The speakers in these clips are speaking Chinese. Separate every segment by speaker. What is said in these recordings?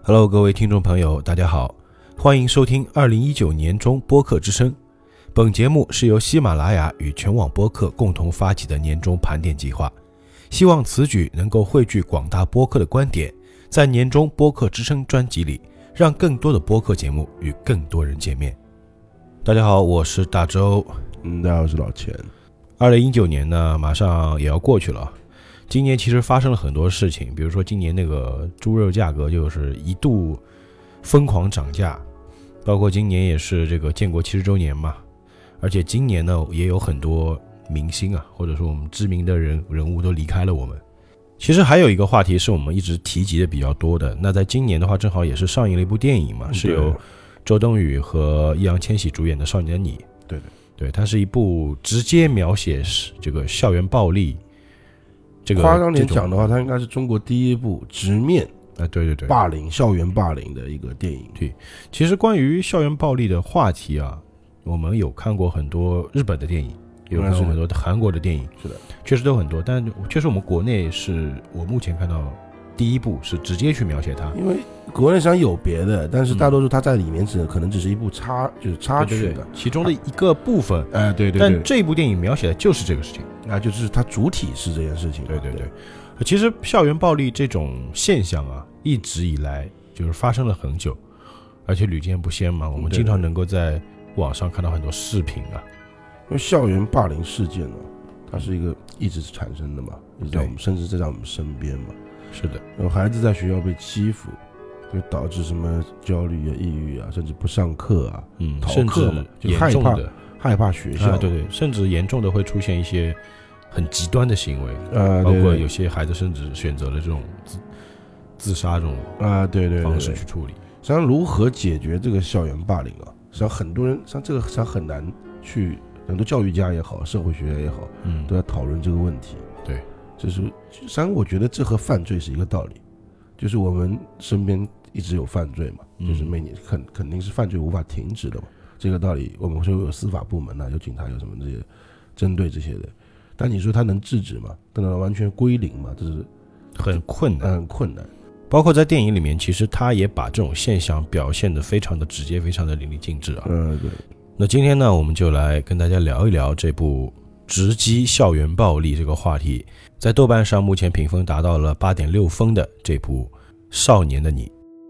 Speaker 1: Hello， 各位听众朋友，大家好，欢迎收听2019年中播客之声。本节目是由喜马拉雅与全网播客共同发起的年终盘点计划，希望此举能够汇聚广大播客的观点，在年终播客之声专辑里，让更多的播客节目与更多人见面。大家好，我是大周。
Speaker 2: 大家好，我是老钱。
Speaker 1: 2019年呢，马上也要过去了。今年其实发生了很多事情，比如说今年那个猪肉价格就是一度疯狂涨价，包括今年也是这个建国70周年嘛，而且今年呢也有很多明星啊，或者说我们知名的人物都离开了我们。其实还有一个话题是我们一直提及的比较多的，那在今年的话正好也是上映了一部电影嘛，是由周冬雨和易烊千玺主演的《少年的你》。对，它是一部直接描写这个校园暴力，这个
Speaker 2: 夸张点讲的话，它应该是中国第一部直面
Speaker 1: 对
Speaker 2: 霸凌、校园霸凌的一个电影。
Speaker 1: 对，其实关于校园暴力的话题啊，我们有看过很多日本的电影，有看过很多韩国的电影，
Speaker 2: 是的，
Speaker 1: 确实都很多，但确实我们国内是我目前看到第一部是直接去描写它，
Speaker 2: 因为国内实际上有别的，但是大多数它在里面可能只是一部插曲的
Speaker 1: 其中的一个部分。
Speaker 2: 对，
Speaker 1: 但这部电影描写的就是这个事情，
Speaker 2: 就是它主体是这件事情。
Speaker 1: 对。其实校园暴力这种现象啊，一直以来就是发生了很久，而且屡见不鲜嘛。我们经常能够在网上看到很多视频啊。
Speaker 2: 因为校园霸凌事件呢，它是一个一直产生的嘛，一直在我们甚至在我们身边嘛。
Speaker 1: 是的，
Speaker 2: 然后孩子在学校被欺负，就导致什么焦虑啊、抑郁啊，甚至不上课啊，逃课嘛，就害怕学校，
Speaker 1: 对，甚至严重的会出现一些很极端的行为，包括有些孩子甚至选择了这种自杀这种方式去处理。
Speaker 2: 实际上，如何解决这个校园霸凌啊？实际上，很多人像这个实际上很难去，很多教育家也好，社会学家也好，都在讨论这个问题。
Speaker 1: 对。
Speaker 2: 就是实际上我觉得这和犯罪是一个道理，就是我们身边一直有犯罪嘛，就是每年肯定是犯罪无法停止的嘛，这个道理我们说有司法部门啊，有警察，有什么这些针对这些的，但你说它能制止吗？它能完全归零吗？这是
Speaker 1: 很困难，
Speaker 2: 很困难。
Speaker 1: 包括在电影里面，其实他也把这种现象表现得非常的直接，非常的淋漓尽致啊。
Speaker 2: 对。
Speaker 1: 那今天呢，我们就来跟大家聊一聊这部直击校园暴力这个话题，在豆瓣上目前评分达到了8.6分的这部《少年的你》。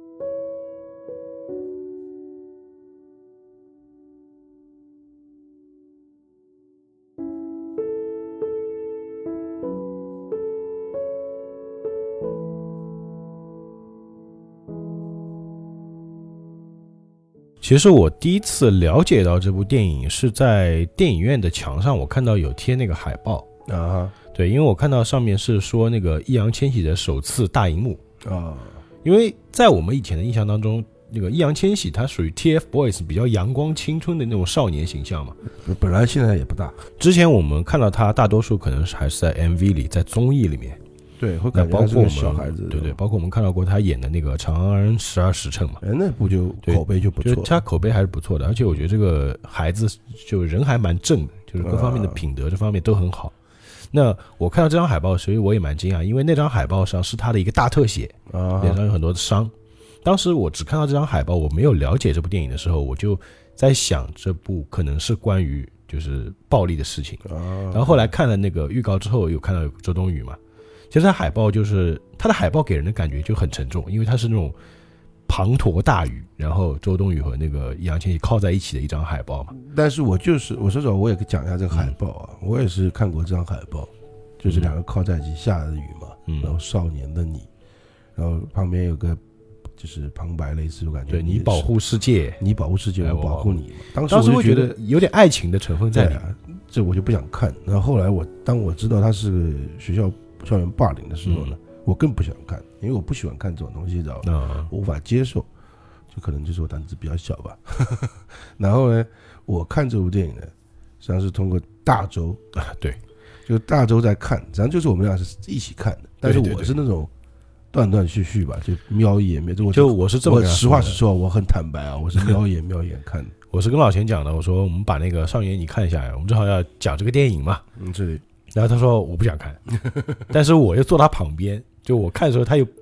Speaker 1: 其实我第一次了解到这部电影是在电影院的墙上，我看到有贴那个海报
Speaker 2: 啊，
Speaker 1: 对，因为我看到上面是说那个易烊千玺的首次大荧幕
Speaker 2: 啊，
Speaker 1: 因为在我们以前的印象当中，那个易烊千玺他属于 TFBOYS 比较阳光青春的那种少年形象嘛，
Speaker 2: 本来现在也不大，
Speaker 1: 之前我们看到他大多数可能还是在 MV 里，在综艺里面。
Speaker 2: 对，会感觉他是个小孩子。
Speaker 1: 对，包括我们看到过他演的那个《长安12时辰》嘛，
Speaker 2: 那部就口碑就不错，
Speaker 1: 就他口碑还是不错的，而且我觉得这个孩子就人还蛮正的，就是各方面的品德这方面都很好。那我看到这张海报，所以我也蛮惊讶，因为那张海报上是他的一个大特写，脸上有很多的伤。当时我只看到这张海报，我没有了解这部电影的时候，我就在想这部可能是关于就是暴力的事情。然后后来看了那个预告之后，有看到有周冬雨嘛。其实它海报就是它的海报给人的感觉就很沉重，因为它是那种滂沱大雨，然后周冬雨和那个易烊千玺靠在一起的一张海报嘛。
Speaker 2: 但是我说实话，我也讲一下这个海报啊，我也是看过这张海报，就是两个靠在一起下的雨嘛，然后少年的你，然后旁边有个就是旁白类似，我感觉
Speaker 1: 对你保护世界，
Speaker 2: 你保护世界，我保护你嘛。
Speaker 1: 当时
Speaker 2: 我
Speaker 1: 觉得有点爱情的成分在里面，
Speaker 2: 这我就不想看。然后后来当我知道它是个学校校园霸凌的时候呢，我更不想看，因为我不喜欢看这种东西，知道吗？我无法接受，就可能就是我胆子比较小吧。然后呢，我看这部电影呢，实际上是通过大周
Speaker 1: 对，
Speaker 2: 就大周在看，实际上就是我们俩是一起看的，但是我是那种断断续续吧，就瞄一眼瞄。
Speaker 1: 我是这么
Speaker 2: 实话实说，我很坦白啊，我是瞄一眼瞄一眼看的。
Speaker 1: 我是跟老钱讲的，我说我们把那个少年你看一下呀，我们正好要讲这个电影嘛。
Speaker 2: 这里。
Speaker 1: 然后他说我不想看，但是我又坐他旁边，就我看的时候他又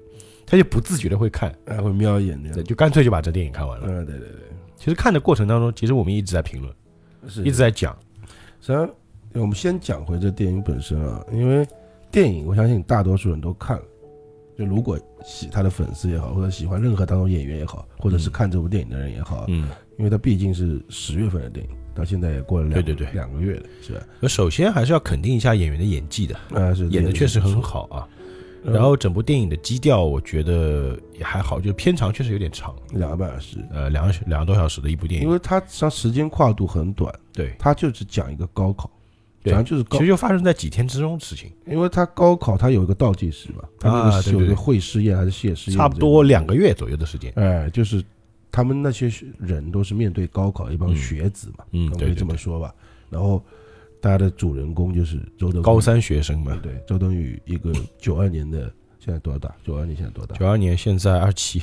Speaker 1: 他就不自觉的会看，
Speaker 2: 会瞄一眼这样。
Speaker 1: 对，就干脆就把这电影看完了。
Speaker 2: 对对对。
Speaker 1: 其实看的过程当中，其实我们一直在评论，一直在讲。
Speaker 2: 实际上，我们先讲回这电影本身啊，因为电影我相信大多数人都看了。就如果他的粉丝也好，或者喜欢任何当中演员也好，或者是看这部电影的人也好，因为他毕竟是10月份的电影，到现在也过了2个月了，是吧？
Speaker 1: 首先还是要肯定一下演员的演技的，
Speaker 2: 是
Speaker 1: 演的确实很好啊。然后整部电影的基调，我觉得也还好，就片长确实有点长
Speaker 2: ，2个半小时
Speaker 1: ，2个多小时的一部电影，
Speaker 2: 因为它实际上时间跨度很短，
Speaker 1: 对，
Speaker 2: 它就只讲一个高考，讲就是
Speaker 1: 其实就发生在几天之中的事情，
Speaker 2: 因为它高考它有一个倒计时嘛，它那个有一个会试验还是谢师宴，
Speaker 1: 差不多2个月左右的时间，
Speaker 2: 就是他们那些人都是面对高考的一帮学子嘛，可以这么说吧，然后。大家的主人公就是周冬雨，
Speaker 1: 高3学生嘛，
Speaker 2: 对，周冬雨一个92年的，现在多少大？92年现在多大
Speaker 1: ？92年现在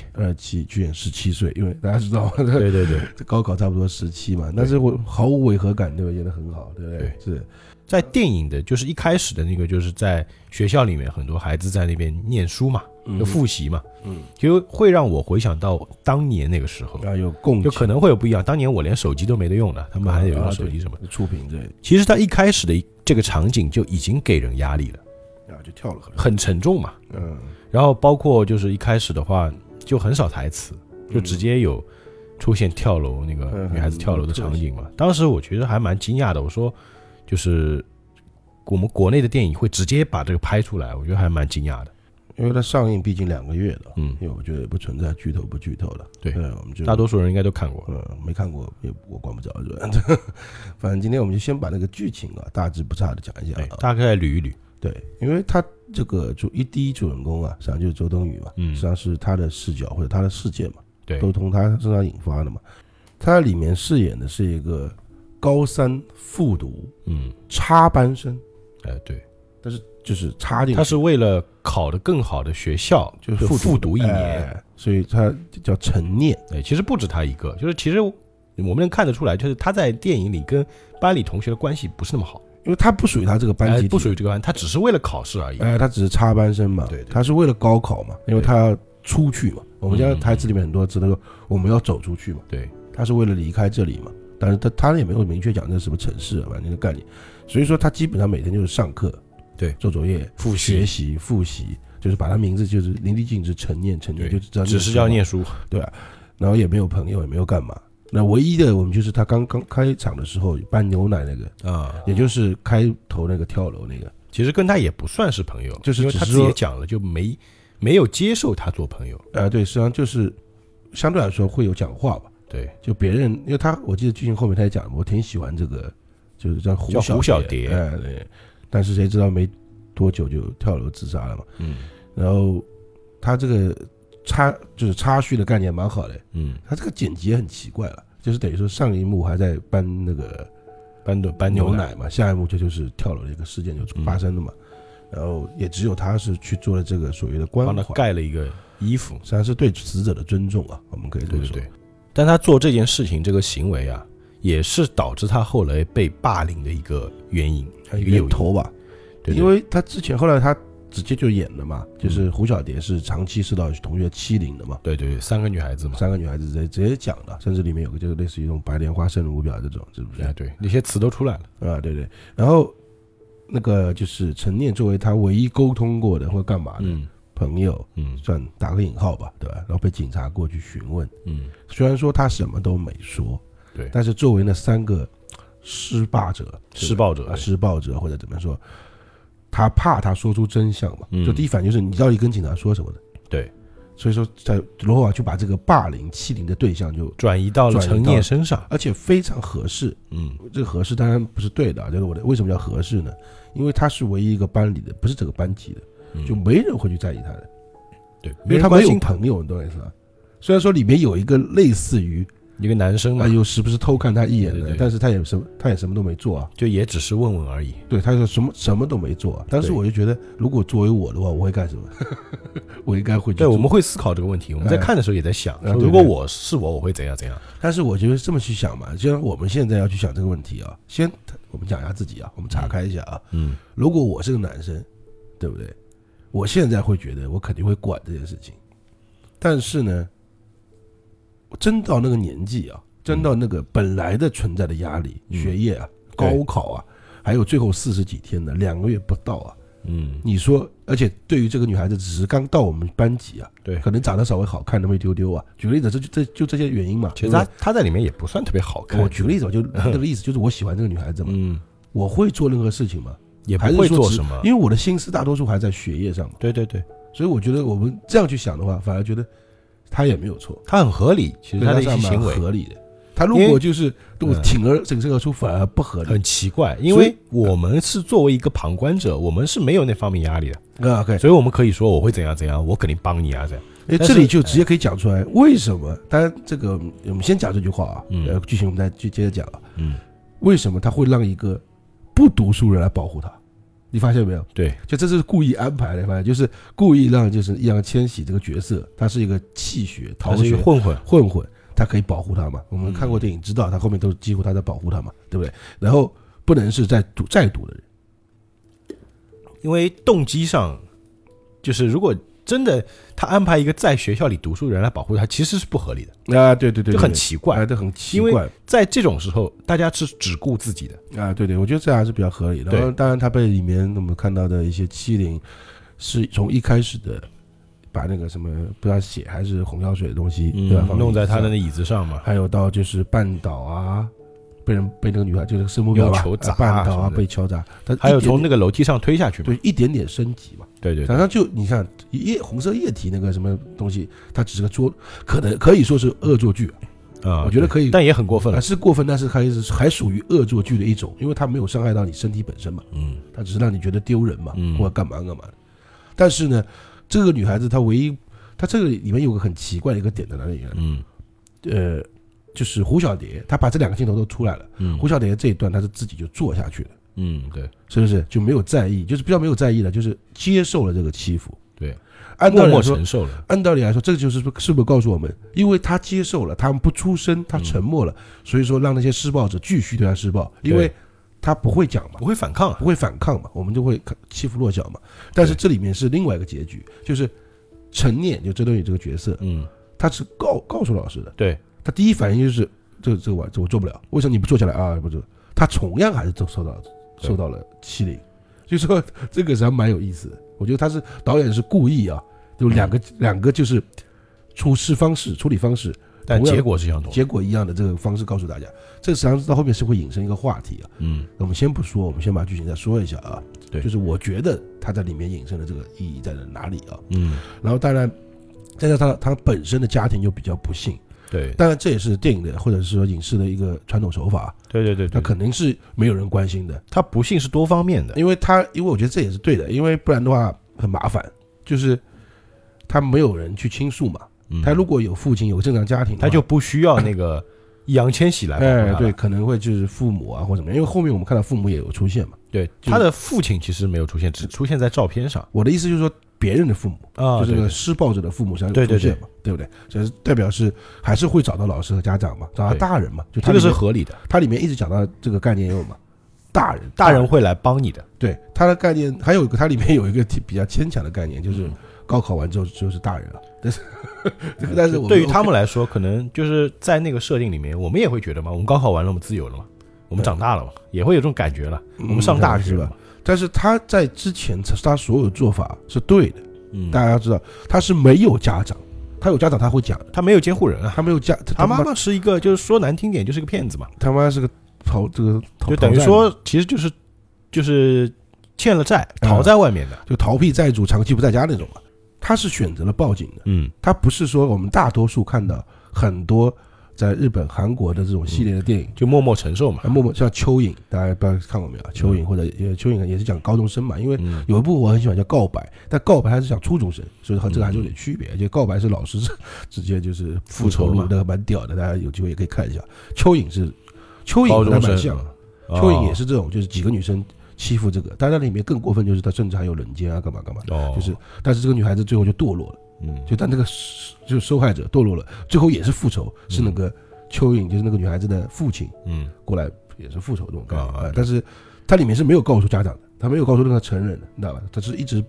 Speaker 1: 27，
Speaker 2: 去年17岁，因为大家知道，
Speaker 1: 对，
Speaker 2: 这高考差不多17嘛，但是我毫无违和感，对吧？演得很好，对不对？是
Speaker 1: 在电影的，就是一开始的那个，就是在学校里面，很多孩子在那边念书嘛，就复习嘛，就会让我回想到当年那个时候
Speaker 2: 有共情，
Speaker 1: 就可能会有不一样。当年我连手机都没得用的，他们还得用手机什么
Speaker 2: 触屏这。
Speaker 1: 其实他一开始的这个场景就已经给人压力了，
Speaker 2: 就跳了
Speaker 1: 很沉重嘛，然后包括就是一开始的话就很少台词，就直接有出现跳楼那个女孩子跳楼的场景嘛。当时我觉得还蛮惊讶的，我说就是我们国内的电影会直接把这个拍出来，我觉得还蛮惊讶的。
Speaker 2: 因为它上映毕竟2个月了，因为我觉得也不存在剧透不剧透的，
Speaker 1: 对，
Speaker 2: 我们就
Speaker 1: 大多数人应该都看过，
Speaker 2: 没看过也我管不着，是吧？反正今天我们就先把那个剧情大致不差的讲一下，
Speaker 1: 大概捋一捋。
Speaker 2: 对，因为他这个第一主人公实际上就是周冬雨嘛，实际上是他的视角或者他的事件嘛，
Speaker 1: 对，
Speaker 2: 都从他身上引发的嘛。他里面饰演的是一个高3复读，插班生，
Speaker 1: 对，
Speaker 2: 但是就是插进去，
Speaker 1: 他是为了考得更好的学校，就是复读1年，
Speaker 2: 所以他叫陈念。
Speaker 1: 其实不止他一个，就是其实我们能看得出来，就是他在电影里跟班里同学的关系不是那么好，
Speaker 2: 因为他不属于他这个班级，
Speaker 1: 不属于这个班，他只是为了考试而已。
Speaker 2: 他只是插班生嘛，对，他是为了高考嘛，因为他要出去嘛。我们家台词里面很多字都说我们要走出去嘛，
Speaker 1: 对，
Speaker 2: 他是为了离开这里嘛。但是他也没有明确讲这是什么城市，反正就概念。所以说他基本上每天就是上课，
Speaker 1: 对，
Speaker 2: 做作业、学习、复习，就是把他名字就是淋漓尽致陈念，就
Speaker 1: 只是要念书，
Speaker 2: 对吧？然后也没有朋友，也没有干嘛。那唯一的我们就是他刚开场的时候搬牛奶那个也就是开头那个跳楼那个，
Speaker 1: 其实跟他也不算是朋友，
Speaker 2: 就是
Speaker 1: 因为他自己也讲了，就没有接受他做朋友。
Speaker 2: 对，实际上就是相对来说会有讲话吧。
Speaker 1: 对，
Speaker 2: 就别人，因为我记得剧情后面他也讲，我挺喜欢这个，就是叫胡小蝶，对。但是谁知道没多久就跳楼自杀了嘛。然后他这个插叙的概念蛮好的，他这个剪辑也很奇怪了，就是等于说上一幕还在搬牛奶嘛，下一幕就是跳楼的一个事件就发生了嘛。然后也只有他是去做了这个所谓的关怀，
Speaker 1: 帮他盖了一个衣服，
Speaker 2: 实际上是对死者的尊重我们可以这么说。
Speaker 1: 对。但他做这件事情这个行为也是导致他后来被霸凌的一个原因，一个
Speaker 2: 源头吧。
Speaker 1: 对，
Speaker 2: 因为他后来他直接就演了嘛，就是胡小蝶是长期受到同学欺凌的嘛。
Speaker 1: 对，3个女孩子嘛
Speaker 2: ，3个女孩子直接讲了，甚至里面有个就是类似于这种白莲花生如表这种，是不是？
Speaker 1: 对，那些词都出来了
Speaker 2: 对。然后那个就是陈念作为他唯一沟通过的或干嘛的朋友，算打个引号吧，对吧？然后被警察过去询问，虽然说他什么都没说，
Speaker 1: 对，
Speaker 2: 但是作为那3个施暴者或者怎么说，他怕他说出真相嘛，就第一反应就是你到底跟警察说什么的，
Speaker 1: 对，
Speaker 2: 所以说在罗华就把这个霸凌欺凌的对象就
Speaker 1: 转移到了陈念身上，
Speaker 2: 而且非常合适，这个合适当然不是对的，就是为什么叫合适呢？因为他是唯一一个班里的，不是这个班级的。就没人会去在意他的，
Speaker 1: 对，
Speaker 2: 因为他没有朋友，你懂我意思吧？虽然说里面有一个类似于
Speaker 1: 一个男生嘛，
Speaker 2: 又时不时偷看他一眼的，但是他也什么都没做
Speaker 1: 就也只是问问而已。
Speaker 2: 对，他说什么都没做但是我就觉得，如果作为我的话，我会干什么？我应该会去做。
Speaker 1: 对，我们会思考这个问题。我们在看的时候也在想，如果我会怎样怎样。
Speaker 2: 但是我觉得这么去想嘛，既然我们现在要去想这个问题先我们讲一下自己我们岔开一下如果我是个男生，对不对？我现在会觉得我肯定会管这件事情， 但是呢，真到那个年纪啊，真到那个本来的存在的压力，学业啊，高考啊，还有最后40几天的2个月不到啊，你说，而且对于这个女孩子只是刚到我们班级啊，
Speaker 1: 对，
Speaker 2: 可能长得稍微好看那么一丢丢啊。举个例子，就这些原因嘛。
Speaker 1: 其实她在里面也不算特别好看。
Speaker 2: 我举个例子，就那个意思就是我喜欢这个女孩子嘛，我会做任何事情嘛，
Speaker 1: 也不会做什么，
Speaker 2: 因为我的心思大多数还在学业上嘛。
Speaker 1: 对对对，
Speaker 2: 所以我觉得我们这样去想的话，反而觉得她也没有错，
Speaker 1: 她很合理，其实她的一些行为
Speaker 2: 合理的。他如果就是铤而出，反而不合理，
Speaker 1: 很奇怪。因为我们是作为一个旁观者，我们是没有那方面压力的
Speaker 2: OK，
Speaker 1: 所以我们可以说我会怎样怎样，我肯定帮你啊这样。
Speaker 2: 这里就直接可以讲出来为什么。当然，这个我们先讲这句话啊，剧情我们再接着讲啊。为什么他会让一个不读书人来保护他？你发现没有？
Speaker 1: 对，
Speaker 2: 就这是故意安排的，发现就是故意让就是易烊千玺这个角色，他是一个弃学、逃学、混混。他可以保护他嘛？我们看过电影知道，他后面都几乎他在保护他嘛，对不对？然后不能是在在读的人，
Speaker 1: 因为动机上，就是如果真的他安排一个在学校里读书的人来保护他，其实是不合理的
Speaker 2: 啊！对对对，
Speaker 1: 就很奇怪，
Speaker 2: 这很奇怪。因为
Speaker 1: 在这种时候，大家是只顾自己的
Speaker 2: 啊！对对，我觉得这还是比较合理的。然后当然，他被里面我们看到的一些欺凌，是从一开始的。把那个什么不知道血还是红药水的东西，对吧？
Speaker 1: 弄在他的那椅子上嘛。
Speaker 2: 还有到就是绊倒啊，被那个女孩就是生目标吧，
Speaker 1: 球砸
Speaker 2: 绊倒啊，被敲砸。
Speaker 1: 还有从那个楼梯上推下去嘛。
Speaker 2: 对，一点点升级嘛。
Speaker 1: 对对。
Speaker 2: 反正就你看红色液体那个什么东西，它只是个可以说是恶作剧
Speaker 1: 啊，
Speaker 2: 我觉得可以，
Speaker 1: 但也很过分了。
Speaker 2: 是过分，但是还属于恶作剧的一种，因为它没有伤害到你身体本身嘛。它只是让你觉得丢人嘛，或者干嘛的。但是呢。这个女孩子她这个里面有个很奇怪的一个点在哪里呢？就是胡小蝶，她把这2个镜头都出来了。胡小蝶这一段她是自己就做下去了。
Speaker 1: 对，
Speaker 2: 是不是就没有在意？就是比较没有在意的，就是接受了这个欺负。
Speaker 1: 对，
Speaker 2: 默
Speaker 1: 默承受了。
Speaker 2: 按道理来说，这个是不是告诉我们，因为她接受了，他们不出声，她沉默了，所以说让那些施暴者继续对她施暴，因为。他不会讲嘛，
Speaker 1: 不会反抗
Speaker 2: 嘛，我们就会欺负弱小嘛。但是这里面是另外一个结局，就是陈念就周冬雨这个角色，他是告诉老师的，
Speaker 1: 对，
Speaker 2: 他第一反应就是这个我做不了，为什么你不做下来啊？不做，他同样还是受到了欺凌，所以说这个实际上蛮有意思的。我觉得导演是故意啊，就两个就是处理方式。
Speaker 1: 但结果是
Speaker 2: 一样的这个方式告诉大家，这个实际上到后面是会引申一个话题啊。我们先不说，我们先把剧情再说一下啊。
Speaker 1: 对，
Speaker 2: 就是我觉得他在里面引申的这个意义在哪里啊？然后当然，再加上他本身的家庭又比较不幸。
Speaker 1: 对，
Speaker 2: 当然这也是电影的或者是说影视的一个传统手法。
Speaker 1: 对，
Speaker 2: 他肯定是没有人关心的。
Speaker 1: 他不幸是多方面的，
Speaker 2: 因为我觉得这也是对的，因为不然的话很麻烦，就是他没有人去倾诉嘛。他如果有父亲有个正常家庭，
Speaker 1: 他就不需要那个易烊千玺来保护他。
Speaker 2: 对，可能会就是父母啊或怎么样，因为后面我们看到父母也有出现嘛。
Speaker 1: 对，他的父亲其实没有出现，只出现在照片上。
Speaker 2: 我的意思就是说，别人的父母啊，就是这个施暴者的父母上有出现嘛，对不对？这代表是还是会找到老师和家长嘛，找到大人嘛，就
Speaker 1: 这个是合理的。
Speaker 2: 它里面一直讲到这个概念有嘛，大人
Speaker 1: 会来帮你的。
Speaker 2: 对，它的概念还有一个，它里面有一个比较牵强的概念，就是高考完之后就是大人了。但是
Speaker 1: 对于他们来说，可能就是在那个设定里面，我们也会觉得嘛，我们高考完了，我们自由了嘛，我们长大了嘛，也会有这种感觉了。我们上大学了。
Speaker 2: 但是他在之前，他所有做法是对的。大家要知道，他是没有家长，他有家长他会讲的，
Speaker 1: 他没有监护人啊，
Speaker 2: 他没有
Speaker 1: 他妈妈是一个，就是说难听点，就是个骗子嘛。
Speaker 2: 他妈是个
Speaker 1: 就等于说，其实就是欠了债，逃在外面的，
Speaker 2: 就逃避债主，长期不在家那种嘛。他是选择了报警的，他不是说我们大多数看到很多在日本、韩国的这种系列的电影，
Speaker 1: 就默默承受嘛，
Speaker 2: 默默像蚯蚓，大家不知道看过没有？蚯蚓或者蚯蚓也是讲高中生嘛，因为有一部我很喜欢叫《告白》，但《告白》还是讲初中生，所以和这个还是有点区别。就《告白》是老师直接就是复仇录，那个蛮屌的，大家有机会也可以看一下。蚯蚓还蛮像，蚯蚓也是这种，就是几个女生欺负这个，但在里面更过分，就是他甚至还有轮奸啊，干嘛，就是，但是这个女孩子最后就堕落了，就但那个就受害者堕落了，最后也是复仇，是那个蚯蚓，就是那个女孩子的父亲，过来也是复仇这种感觉，但是他里面是没有告诉家长的，他没有告诉任何成人的，你知道吧？他是一直被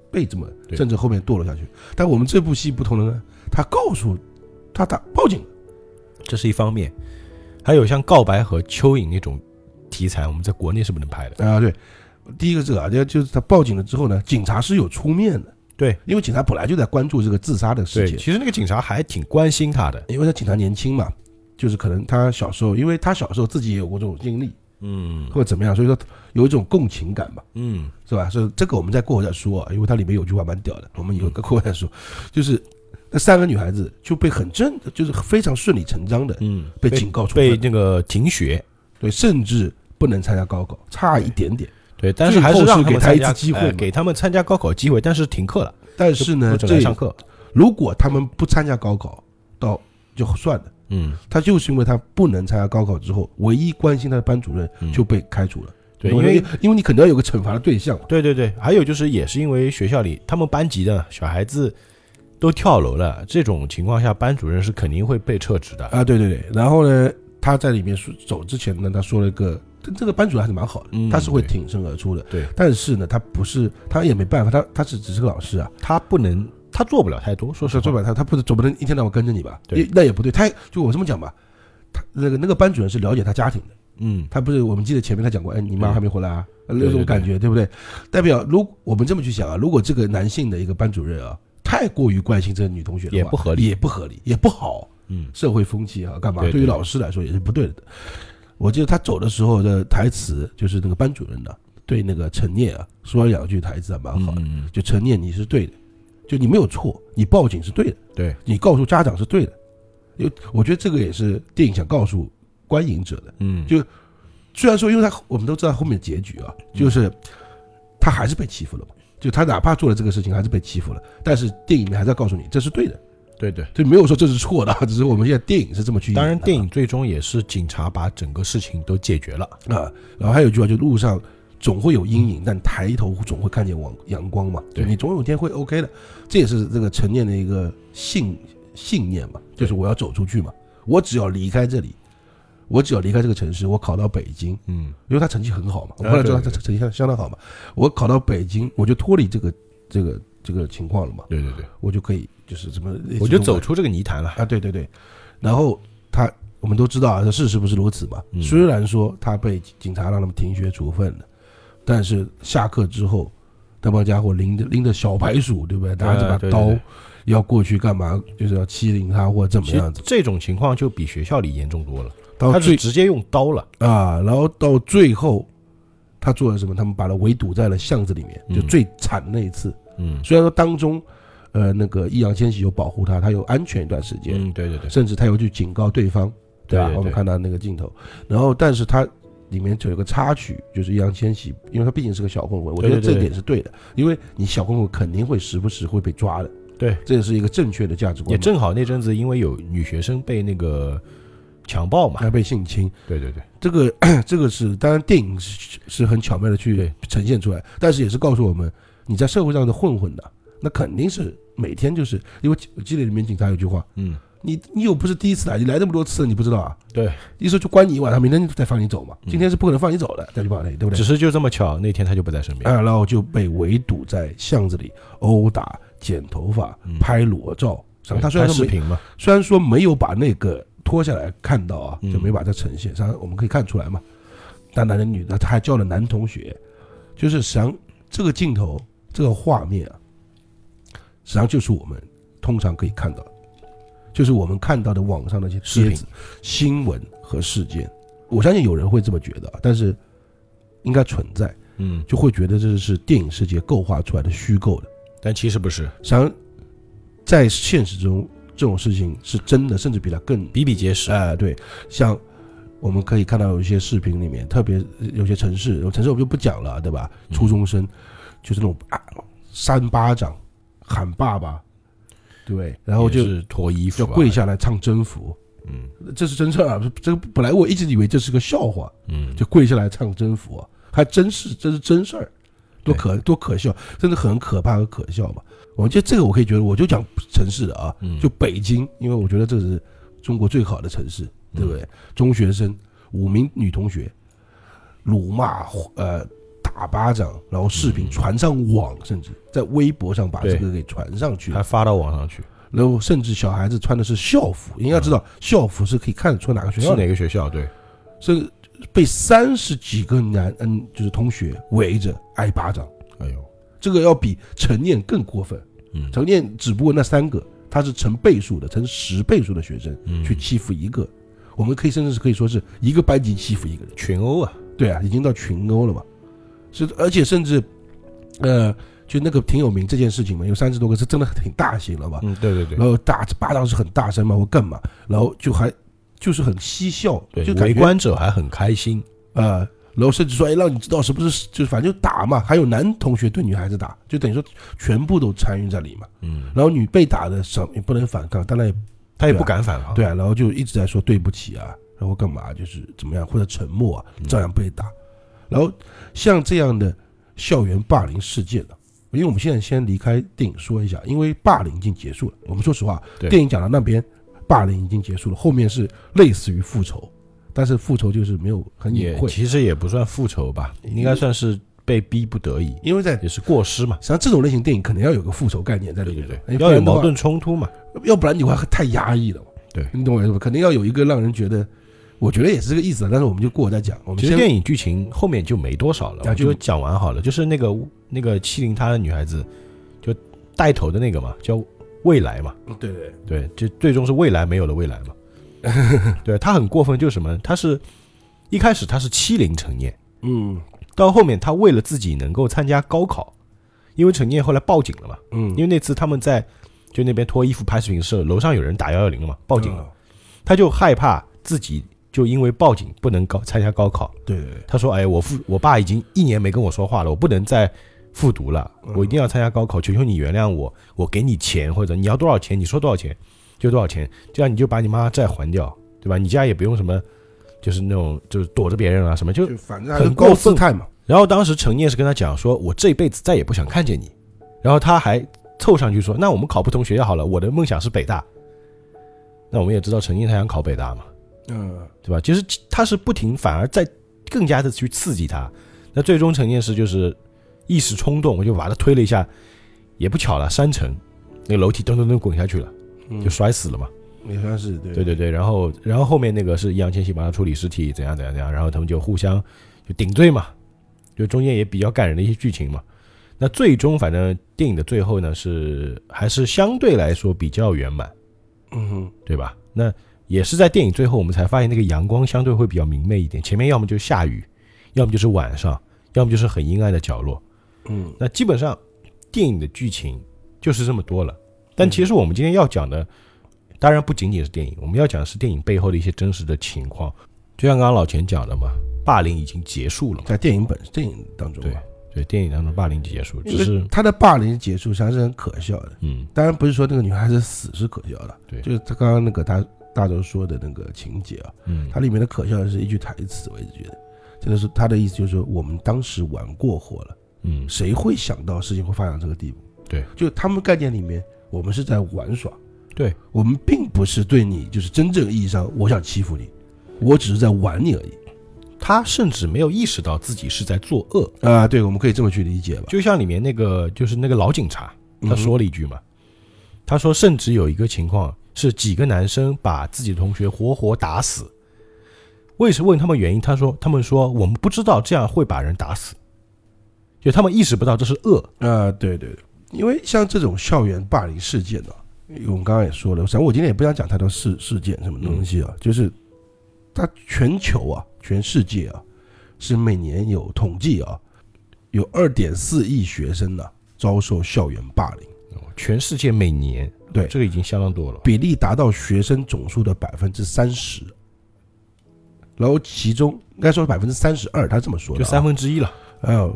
Speaker 2: 被这么甚至后面堕落下去。但我们这部戏不同的呢，他告诉他报警了，
Speaker 1: 这是一方面。还有像告白和蚯蚓那种题材，我们在国内是不能拍的
Speaker 2: 啊。对，第一个这个就是他报警了之后呢，警察是有出面的。
Speaker 1: 对，
Speaker 2: 因为警察本来就在关注这个自杀的事情。
Speaker 1: 其实那个警察还挺关心他的，
Speaker 2: 因为他警察年轻嘛，就是可能他小时候，因为他小时候自己也有过这种经历，或者怎么样，所以说有一种共情感嘛，是吧？所以这个我们再过会再说啊，因为它里面有句话蛮屌的，我们以后过会再说，就是那3个女孩子就被就是非常顺理成章的，被警告处分，
Speaker 1: 被那个停学，
Speaker 2: 对，甚至不能参加高考，差一点点。
Speaker 1: 对，但是还是让他们
Speaker 2: 给他一次机会，
Speaker 1: 给他们参加高考机会，但是停课了。
Speaker 2: 但是呢，
Speaker 1: 这上课，
Speaker 2: 如果他们不参加高考，就算了。他就是因为他不能参加高考之后，唯一关心他的班主任就被开除了。
Speaker 1: 对，
Speaker 2: 因为你可能要有个惩罚的对象。
Speaker 1: 对，还有就是也是因为学校里他们班级的小孩子都跳楼了，这种情况下，班主任是肯定会被撤职的
Speaker 2: 啊。对，然后呢，他在里面走之前呢，他说了一个。这个班主任还是蛮好的，他是会挺身而出的。
Speaker 1: 对，
Speaker 2: 但是呢，他也没办法，他只是个老师啊，
Speaker 1: 他做不了太多，说实话，
Speaker 2: 做不了他总不能一天到晚跟着你吧？对，那也不对。就我这么讲吧，他那个班主任是了解他家庭的，他不是我们记得前面他讲过，你妈还没回来啊，那种感觉，对不对？代表我们这么去想啊，如果这个男性的一个班主任啊，太过于关心这个女同学的话，
Speaker 1: 也不合
Speaker 2: 理，也不好，社会风气啊，干嘛？对于老师来说也是不对的。我记得他走的时候的台词，就是那个班主任的对那个陈念啊说了2句台词还蛮好的，就陈念你是对的，就你没有错，你报警是对的，
Speaker 1: 对，
Speaker 2: 你告诉家长是对的，因为我觉得这个也是电影想告诉观影者的，就虽然说因为我们都知道后面的结局啊，就是他还是被欺负了嘛，就他哪怕做了这个事情还是被欺负了，但是电影里面还是要告诉你这是对的。
Speaker 1: 对，
Speaker 2: 就没有说这是错的，只是我们现在电影是这么去演的。
Speaker 1: 当然，电影最终也是警察把整个事情都解决了
Speaker 2: 啊。然后还有一句话，就路上总会有阴影，但抬头总会看见阳光嘛。
Speaker 1: 对，
Speaker 2: 你总有一天会 OK 的。这也是这个陈念的一个信念嘛，就是我要走出去嘛。我只要离开这里，我只要离开这个城市，我考到北京，因为他成绩很好嘛，我后来知道他成绩相当好嘛。我考到北京，我就脱离这个情况了嘛。
Speaker 1: 对，
Speaker 2: 我就可以。就是什么，
Speaker 1: 我就走出这个泥潭了
Speaker 2: 啊！对，然后我们都知道啊，事实不是如此嘛。虽然说他被警察让他们停学处分了，但是下课之后，那帮家伙拎着小白鼠，对不对？拿着把刀要过去干嘛？就是要欺凌他或者怎么样子。
Speaker 1: 这种情况就比学校里严重多了，他是直接用刀了
Speaker 2: 啊！然后到最后，他做了什么？他们把他围堵在了巷子里面，就最惨的那一次。虽然说当中。那个易烊千玺有保护他有安全一段时间，
Speaker 1: 对，
Speaker 2: 甚至他有去警告对方，对吧？我们看到那个镜头，然后但是他里面就有个插曲，就是易烊千玺，因为他毕竟是个小混混，我觉得这点是对的，因为你小混混肯定会时不时会被抓的，
Speaker 1: 对，
Speaker 2: 这也是一个正确的价值观。
Speaker 1: 也正好那阵子因为有女学生被那个强暴嘛，
Speaker 2: 还被性侵，
Speaker 1: 对，
Speaker 2: 这个是当然电影是很巧妙的去呈现出来，但是也是告诉我们，你在社会上的混混的。那肯定是每天就是因为我记得里面警察有句话，你又不是第一次来，你来这么多次了，你不知道啊？
Speaker 1: 对，
Speaker 2: 一说就关你一晚上，明天再放你走嘛。今天是不可能放你走的，再去报内，对不对？
Speaker 1: 只是就这么巧，那天他就不在身边，
Speaker 2: 然后就被围堵在巷子里，殴打、剪头发、拍裸照。他虽然说
Speaker 1: 视频嘛，
Speaker 2: 虽然说没有把那个脱下来看到啊，就没把它呈现。实际上我们可以看出来嘛，但男的女的，他还叫了男同学，就是实际上这个镜头、这个画面啊。实际上就是我们通常可以看到的，就是我们看到的网上的一些帖子、新闻和事件。我相信有人会这么觉得，但是应该存在，就会觉得这是电影世界构画出来的虚构的，
Speaker 1: 但其实不是。
Speaker 2: 实际上，在现实中这种事情是真的，甚至比它更
Speaker 1: 比比皆是。
Speaker 2: 对，像我们可以看到有一些视频里面，特别有些城市我们就不讲了，对吧？初中生就是那种扇巴掌。喊爸爸，对，然后就
Speaker 1: 脱衣服，
Speaker 2: 就跪下来唱征服，这是真事啊！这个本来我一直以为这是个笑话，就跪下来唱征服啊，还真是这是真事儿，多可笑，真的很可怕和可笑吧？我觉得这个我可以觉得，我就讲城市的啊，就北京，因为我觉得这是中国最好的城市，对不对？中学生5名女同学辱骂打打巴掌，然后视频传上网，甚至在微博上把这个给传上去，
Speaker 1: 还发到网上去。
Speaker 2: 然后甚至小孩子穿的是校服，应该知道校服是可以看得出哪个学校
Speaker 1: 是哪个学校，对，
Speaker 2: 是被30几个就是同学围着挨巴掌。
Speaker 1: 哎呦，
Speaker 2: 这个要比陈念更过分。陈念只不过那3个，他是成倍数的，成10倍数的学生去欺负一个，我们甚至是可以说是一个班级欺负一个人，
Speaker 1: 群殴啊。
Speaker 2: 对啊，已经到群殴了嘛。而且甚至就那个挺有名这件事情嘛，有30多个是真的挺大型了吧？
Speaker 1: 对对对。
Speaker 2: 然后巴掌是很大声嘛，或干嘛，然后就是很嬉笑，
Speaker 1: 对，
Speaker 2: 就
Speaker 1: 围观者还很开心
Speaker 2: 然后甚至说，让你知道是不是，就是反正就打嘛，还有男同学对女孩子打，就等于说全部都参与在里嘛。然后被打的也不能反抗，当然
Speaker 1: 他也不敢反抗，
Speaker 2: 对啊，然后就一直在说对不起啊，然后干嘛就是怎么样，或者沉默啊，照样被打。然后像这样的校园霸凌事件呢，因为我们现在先离开电影说一下，因为霸凌已经结束了。我们说实话，电影讲到那边，霸凌已经结束了，后面是类似于复仇。但是复仇就是没有很隐晦，
Speaker 1: 其实也不算复仇吧，应该算是被逼不得已，
Speaker 2: 因为也
Speaker 1: 是过失嘛。
Speaker 2: 实际上这种类型电影可能要有个复仇概念在里面，
Speaker 1: 对，要有矛盾冲突嘛，
Speaker 2: 要不然你会太压抑了。
Speaker 1: 对，
Speaker 2: 你懂我意思吧？肯定要有一个让人觉得，我觉得也是这个意思，但是我们就过再讲。
Speaker 1: 其实电影剧情后面就没多少了，我就讲完好了。就是那个欺凌他的女孩子，就带头的那个嘛，叫未来嘛。
Speaker 2: 对对
Speaker 1: 对，就最终是未来没有了未来嘛。对，他很过分，就是什么？他是一开始他是欺凌陈念，到后面他为了自己能够参加高考，因为陈念后来报警了嘛，因为那次他们在就那边脱衣服拍视频的时候，楼上有人打110了嘛，报警了，他就害怕自己就因为报警不能参加高考。
Speaker 2: 对，
Speaker 1: 他说：“哎，我爸已经1年没跟我说话了，我不能再复读了，我一定要参加高考，求求你原谅我，我给你钱，或者你要多少钱，你说多少钱。”就多少钱，这样你就把你妈债还掉，对吧？你家也不用什么，就是那种就是躲着别人啊什么，就
Speaker 2: 反正很高姿态嘛。
Speaker 1: 然后当时陈念是跟他讲说，我这辈子再也不想看见你。然后他还凑上去说，那我们考不同学校好了，我的梦想是北大。那我们也知道陈念他想考北大嘛，对吧？其实他是不停，反而在更加的去刺激他。那最终陈念是就是一时冲动，我就把他推了一下，也不巧了，3层那个楼梯噔噔噔滚下去了。就摔死了嘛，
Speaker 2: 也算是
Speaker 1: 对，然后后面那个是易烊千玺帮他处理尸体，怎样，然后他们就互相就顶罪嘛，就中间也比较感人的一些剧情嘛。那最终反正电影的最后呢，还是相对来说比较圆满，对吧？那也是在电影最后我们才发现那个阳光相对会比较明媚一点，前面要么就下雨，要么就是晚上，要么就是很阴暗的角落。那基本上电影的剧情就是这么多了。但其实我们今天要讲的，当然不仅仅是电影，我们要讲的是电影背后的一些真实的情况。就像刚刚老钱讲的嘛，霸凌已经结束了，
Speaker 2: 在电影当中，
Speaker 1: 对，电影当中霸凌结束，只是
Speaker 2: 他的霸凌结束，实际上是很可笑的。当然不是说那个女孩子死是可笑的，对，就是他刚刚那个他大周说的那个情节啊，它里面的可笑的是一句台词，我一直觉得，真的是他的意思就是说，我们当时玩过火了，谁会想到事情会发展到这个地步？对，就他们概念里面。我们是在玩耍，
Speaker 1: 对，
Speaker 2: 我们并不是对你就是真正意义上我想欺负你，我只是在玩你而已。
Speaker 1: 他甚至没有意识到自己是在作恶
Speaker 2: 啊，对，我们可以这么去理解吧。
Speaker 1: 就像里面那个就是那个老警察，他说了一句嘛，他说甚至有一个情况是几个男生把自己的同学活活打死，为什么问他们原因？他们说我们不知道这样会把人打死，就他们意识不到这是恶
Speaker 2: 啊，对。因为像这种校园霸凌事件呢，我们刚刚也说了，我今天也不想讲太多事件什么东西啊，就是它全球啊，全世界啊，是每年有统计啊，有2.4亿学生呢遭受校园霸凌，
Speaker 1: 全世界每年，
Speaker 2: 对，
Speaker 1: 这个已经相当多了，
Speaker 2: 比例达到学生总数的30%，然后其中应该说32%，他这么说的，
Speaker 1: 就1/3了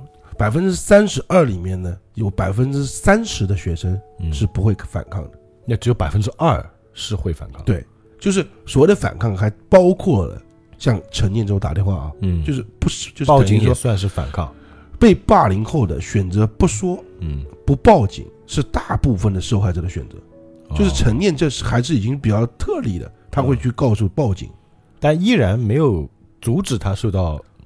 Speaker 2: ，32%里面呢，有30%的学生是不会反抗的，
Speaker 1: 那只有2%是会反抗。
Speaker 2: 对，就是所谓的反抗还包括了像陈念舟打电话啊，就是不是就是
Speaker 1: 报警也算是反抗。
Speaker 2: 被霸凌后的选择不说，不报警是大部分的受害者的选择。就是陈念这是还是已经比较特例的，他会去告诉报警，
Speaker 1: 但依然没有阻止他受到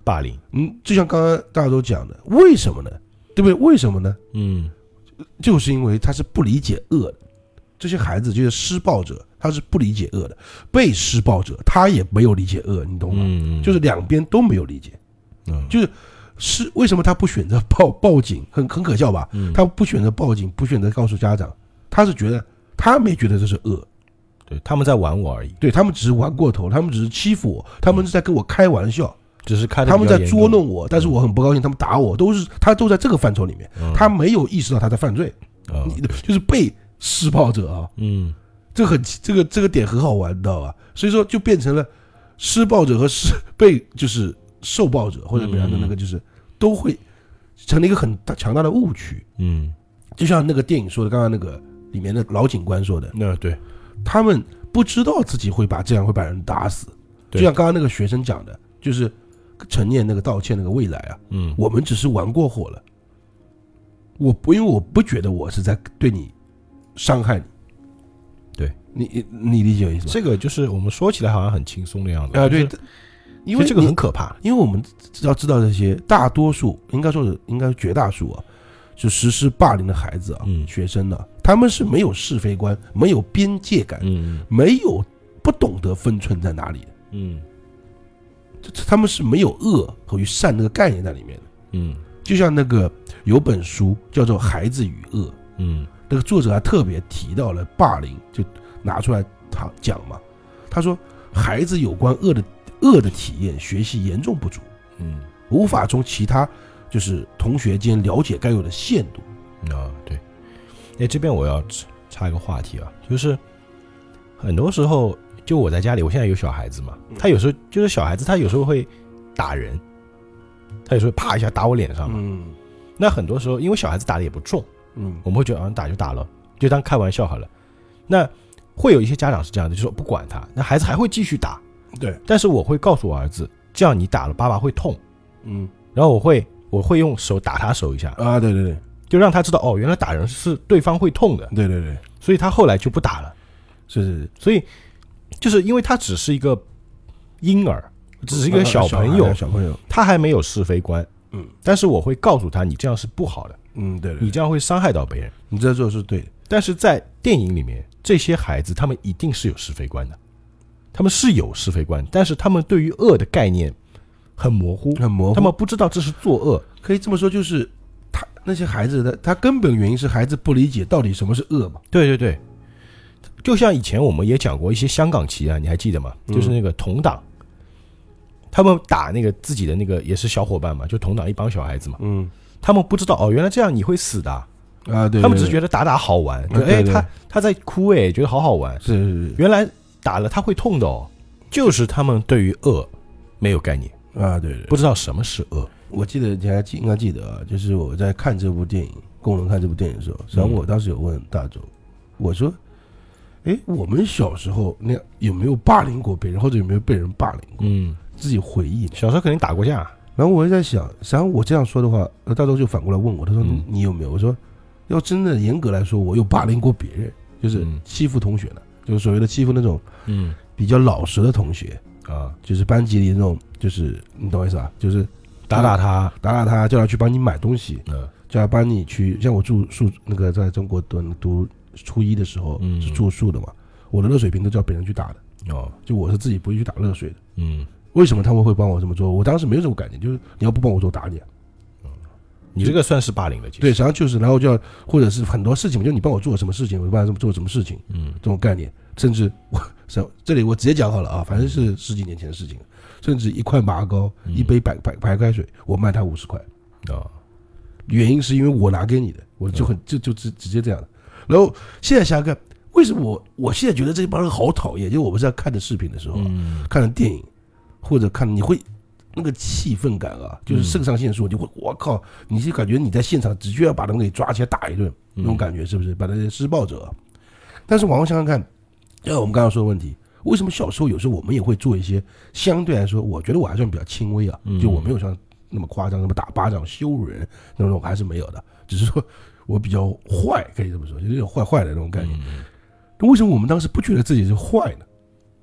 Speaker 1: 霸凌。
Speaker 2: 就像刚刚大家都讲的，为什么呢？对不对？为什么呢？就是因为他是不理解恶的，这些孩子就是施暴者，他是不理解恶的，被施暴者他也没有理解恶，你懂吗？就是两边都没有理解，就是为什么他不选择报警，很可笑吧？他不选择报警，不选择告诉家长，他是觉得他没觉得这是恶，
Speaker 1: 对，他们在玩我而已，
Speaker 2: 对他们只是玩过头，他们只是欺负我，他们是在跟我开玩笑。
Speaker 1: 只是开得
Speaker 2: 他们在捉弄我，但是我很不高兴，他们打我，他都在这个范畴里面，他没有意识到他在犯罪，就是被施暴者啊，这个点很好玩，你知道吧？所以说就变成了施暴者和被就是受暴者或者怎么样的那个，就是都会成了一个很强大的误区，就像那个电影说的，刚刚那个里面的老警官说的，
Speaker 1: 对，
Speaker 2: 他们不知道自己会把人打死，就像刚刚那个学生讲的，就是陈念那个道歉那个未来啊，我们只是玩过火了，因为我不觉得我是在对你伤害你，
Speaker 1: 对
Speaker 2: 你理解我意思吗？
Speaker 1: 这个就是我们说起来好像很轻松的样子
Speaker 2: 啊，对，因为
Speaker 1: 这个很可怕，
Speaker 2: 因为我们要知道这些大多数应该绝大数啊，就实施霸凌的孩子啊，学生呢，他们是没有是非观，没有边界感，没有不懂得分寸在哪里的，他们是没有恶和与善那个概念在里面的，就像那个有本书叫做《孩子与恶》，那个作者还特别提到了霸凌，就拿出来他讲嘛，他说孩子有关恶的体验学习严重不足，无法从其他就是同学间了解该有的限度
Speaker 1: 对，这边我要插一个话题啊，就是很多时候。就我在家里，我现在有小孩子嘛，他有时候就是小孩子，他有时候会打人，他有时候啪一下打我脸上嘛。那很多时候，因为小孩子打的也不重，我们会觉得打就打了，就当开玩笑好了。那会有一些家长是这样的，就说不管他，那孩子还会继续打。
Speaker 2: 对，
Speaker 1: 但是我会告诉我儿子，这样你打了爸爸会痛。然后我会用手打他手一下
Speaker 2: 啊，对，
Speaker 1: 就让他知道哦，原来打人是对方会痛的。
Speaker 2: 对，
Speaker 1: 所以他后来就不打了。
Speaker 2: 是，
Speaker 1: 所以。就是因为他只是一个婴儿，只是一个小朋友，他还没有是非观，但是我会告诉他，你这样是不好的，
Speaker 2: 对，
Speaker 1: 你这样会伤害到别人，
Speaker 2: 你这做是对的。
Speaker 1: 但是在电影里面，这些孩子他们一定是有是非观的，他们是有是非观，但是他们对于恶的概念很模糊，他们不知道这是作恶。
Speaker 2: 可以这么说，就是那些孩子的他根本原因是孩子不理解到底什么是恶嘛。
Speaker 1: 对。就像以前我们也讲过一些香港奇案，你还记得吗？就是那个同党，他们打那个自己的那个也是小伙伴嘛，就同党一帮小孩子嘛，他们不知道哦，原来这样你会死的
Speaker 2: 啊，对，
Speaker 1: 他们只是觉得打好玩，他在哭觉得好玩，
Speaker 2: 是，
Speaker 1: 原来打了他会痛的哦，就是他们对于恶没有概念
Speaker 2: 啊，对，
Speaker 1: 不知道什么是恶。
Speaker 2: 我记得你还应该记得啊，就是我在看这部电影，共同看这部电影的时候，然后我当时有问大周，我说。我们小时候那样有没有霸凌过别人，或者有没有被人霸凌过？自己回忆。
Speaker 1: 小时候肯定打过架。
Speaker 2: 然后我就在想，然后我这样说的话，大周就反过来问我，他说你有没有？我说要真的严格来说，我有霸凌过别人，就是欺负同学的，就是所谓的欺负那种比较老实的同学啊，就是班级里那种，就是你懂我意思吧？就是打他，叫他去帮你买东西，叫他帮你去，像我住那个在中国读初一的时候是住宿的嘛，我的热水瓶都叫别人去打的就我是自己不会去打热水的。为什么他们会帮我这么做？我当时没有这种感觉，就是你要不帮我做，我打你
Speaker 1: 你这个算是霸凌了，其实
Speaker 2: 对，实际上就是，然后就要或者是很多事情，就你帮我做什么事情，我帮他做什么事情，这种概念，甚至这里我直接讲好了啊，反正是10几年前的事情，甚至一块麻膏，一杯白开水，我卖他50块原因是因为我拿给你的，我就直接这样的。然后现在想想看，为什么我现在觉得这帮人好讨厌？就我们在看的视频的时候，看的电影或者看，你会那个气氛感啊，就是肾上腺素，你会我靠，你就感觉你在现场只需要把人给抓起来打一顿，那种感觉是不是？把那些施暴者。但是往后想想看，我们刚刚说的问题，为什么小时候有时候我们也会做一些相对来说，我觉得我还算比较轻微啊，就我没有像那么夸张，那么打巴掌羞辱人那种还是没有的，只是说。我比较坏，可以这么说，就是有点坏坏的那种概念。为什么我们当时不觉得自己是坏呢？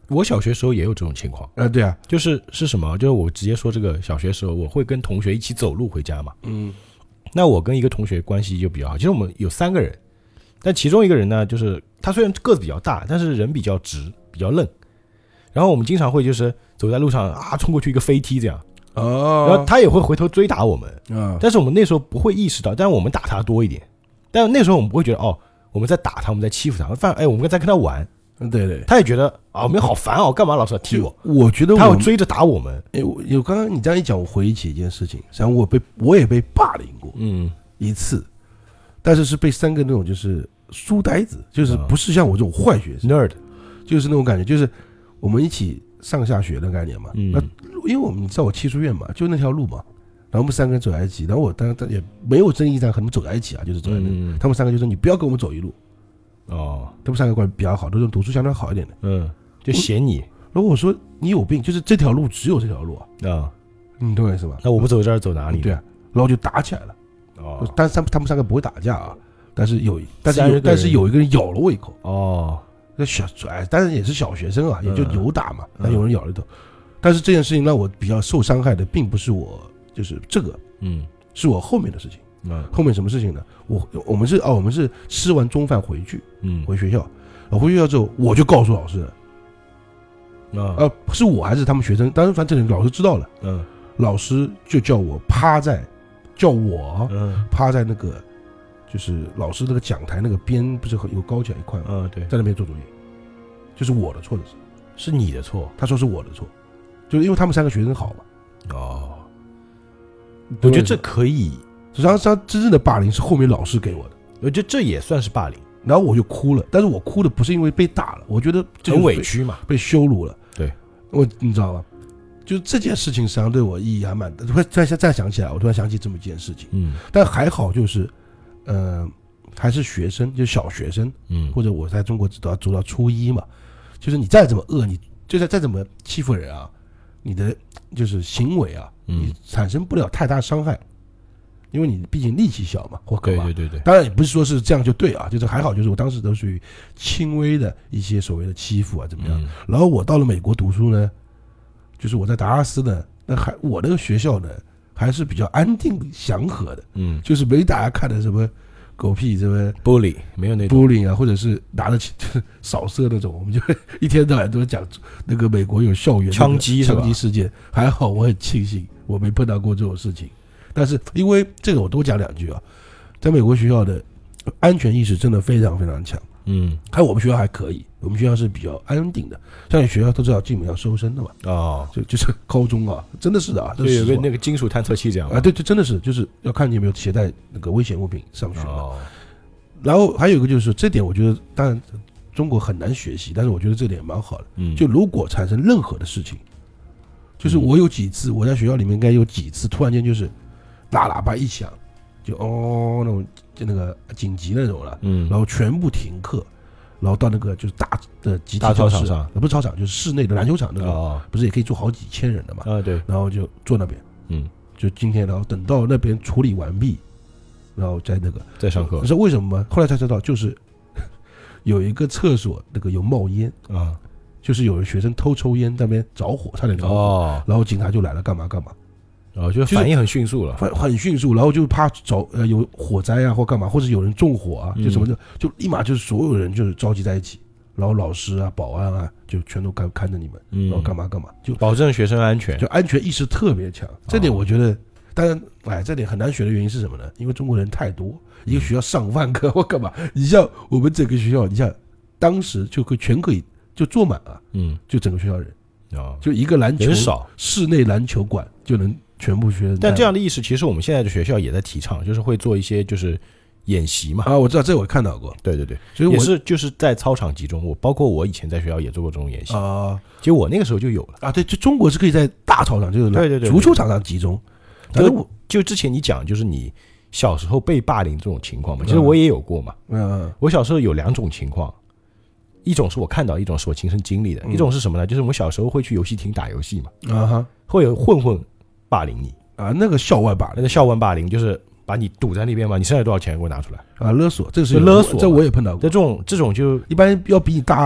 Speaker 1: 我小学时候也有这种情况，
Speaker 2: 对啊，
Speaker 1: 是什么？就是我直接说这个小学时候，我会跟同学一起走路回家嘛。那我跟一个同学关系就比较好，其实我们有3个人，但其中一个人呢，就是他虽然个子比较大，但是人比较直，比较愣。然后我们经常会就是走在路上啊，冲过去一个飞踢这样，然后他也会回头追打我们。但是我们那时候不会意识到，但是我们打他多一点。但那时候我们不会觉得我们在打他，我们在欺负他，反正我们在跟他玩。对，他也觉得我们好烦干嘛老是要踢我？
Speaker 2: 我觉得
Speaker 1: 他会追着打我们。
Speaker 2: 有刚刚你这样一讲，我回忆起一件事情，实际上我也被霸凌过，一次，但是被3个那种就是书呆子，就是不是像我这种坏学生
Speaker 1: nerd，
Speaker 2: 就是那种感觉，就是我们一起上下学的概念嘛。那因为我们知道我七书院嘛，就那条路嘛，然后我们3个人走在一起，然后我当然也没有争议上和他们走在一起啊，就是走在那，他们3个就说你不要跟我们走一路。他们3个关系比较好，都是读书相对好一点的。
Speaker 1: 就嫌你。
Speaker 2: 然后我说你有病，就是这条路只有这条路啊。你懂我意思吧？
Speaker 1: 那我不走这儿走哪里？
Speaker 2: 对啊，然后就打起来了。但是他们3个不会打架啊，但是有一个人咬了我一口。那当然也是小学生啊，也就有打嘛。但有人咬了一口。但是这件事情让我比较受伤害的，并不是我就是这个，是我后面的事情。后面什么事情呢？我们是吃完中饭回去，回学校，回学校之后我就告诉老师了，是我还是他们学生？当然反正老师知道了，老师就叫我趴在那个就是老师那个讲台那个边不是有高起来一块吗？
Speaker 1: 对，
Speaker 2: 在那边做作业，就是我的错的
Speaker 1: 是你的错。
Speaker 2: 他说是我的错，就是因为他们3个学生好嘛。
Speaker 1: 我觉得这可以。
Speaker 2: 实际上真正的霸凌是后面老师给我的，
Speaker 1: 我觉得这也算是霸凌。
Speaker 2: 然后我就哭了，但是我哭的不是因为被打了，我觉得
Speaker 1: 很委屈嘛，
Speaker 2: 被羞辱了。
Speaker 1: 对，
Speaker 2: 你知道吧？就是这件事情实际上对我意义还蛮大。再想起来，我突然想起这么一件事情。但还好就是，还是学生，就是小学生。或者我在中国读到初1嘛，就是你再怎么恶，你就再怎么欺负人啊，你的就是行为啊，你产生不了太大伤害。因为你毕竟力气小嘛，或干嘛？对，当然也不是说是这样就对啊，就是还好，就是我当时都属于轻微的一些所谓的欺负啊，怎么样？然后我到了美国读书呢，就是我在达拉斯呢，我那个学校呢还是比较安定祥和的，就是没大家看的什么狗屁什么
Speaker 1: bully，没有那种
Speaker 2: bully 啊，或者是拿着扫射那种，我们就一天到晚都讲那个美国有校园
Speaker 1: 枪击
Speaker 2: 事件，还好我很庆幸我没碰到过这种事情。但是因为这个我多讲2句啊，在美国学校的安全意识真的非常非常强。还有我们学校还可以，我们学校是比较安定的，像学校都知道基本上收生的嘛。就是高中啊，真的是的啊，
Speaker 1: 就有个那个金属探测器这样
Speaker 2: 啊，对，真的是就是要看你有没有携带那个危险物品上学嘛。然后还有一个就是这点，我觉得当然中国很难学习，但是我觉得这点蛮好的。就如果产生任何的事情，就是我有几次我在学校里面应该有几次突然间就是喇叭一响，就那种就那个紧急那种了，然后全部停课，然后到那个就是大的集体
Speaker 1: 操场上，
Speaker 2: 不是操场，就是室内的篮球场那种，不是也可以坐好几千人的嘛？
Speaker 1: 对，
Speaker 2: 然后就坐那边，就今天，然后等到那边处理完毕，然后再那个
Speaker 1: 再上课。
Speaker 2: 你知道为什么吗？后来才知道，就是有一个厕所那个有冒烟就是有学生偷抽烟，在那边着火，差点着火，然后警察就来了，干嘛？
Speaker 1: 就反应很迅速了，
Speaker 2: 很迅速，然后就怕有火灾啊或干嘛，或者有人纵火啊，就什么就立马就是所有人就是召集在一起，然后老师啊、保安啊就全都看着你们，然后干嘛，就
Speaker 1: 保证学生安全，
Speaker 2: 就安全意识特别强。这点我觉得，当然，这点很难学的原因是什么呢？因为中国人太多，一个学校上万个或干嘛。你像我们整个学校，你像当时就全可以就坐满啊，就整个学校人就一个篮球室内篮球馆就能。全部学生，
Speaker 1: 但这样的意识其实我们现在的学校也在提倡，就是会做一些就是演习嘛。
Speaker 2: 我知道这我看到过。
Speaker 1: 对，所以也是就是在操场集中，包括我以前在学校也做过这种演习其实我那个时候就有了
Speaker 2: 对，就中国是可以在大操场，就是
Speaker 1: 对
Speaker 2: 足球场上集中。
Speaker 1: 就之前你讲就是你小时候被霸凌这种情况嘛，其实我也有过嘛。我小时候有2种情况，一种是我看到，一种是我亲身经历的。一种是什么呢？就是我们小时候会去游戏厅打游戏嘛，会有混霸凌你
Speaker 2: 那个校外
Speaker 1: 霸凌就是把你堵在那边嘛，你剩下多少钱给我拿出来
Speaker 2: 勒索，这是
Speaker 1: 勒索，
Speaker 2: 这我也碰到过。
Speaker 1: 这种就
Speaker 2: 一般要比你大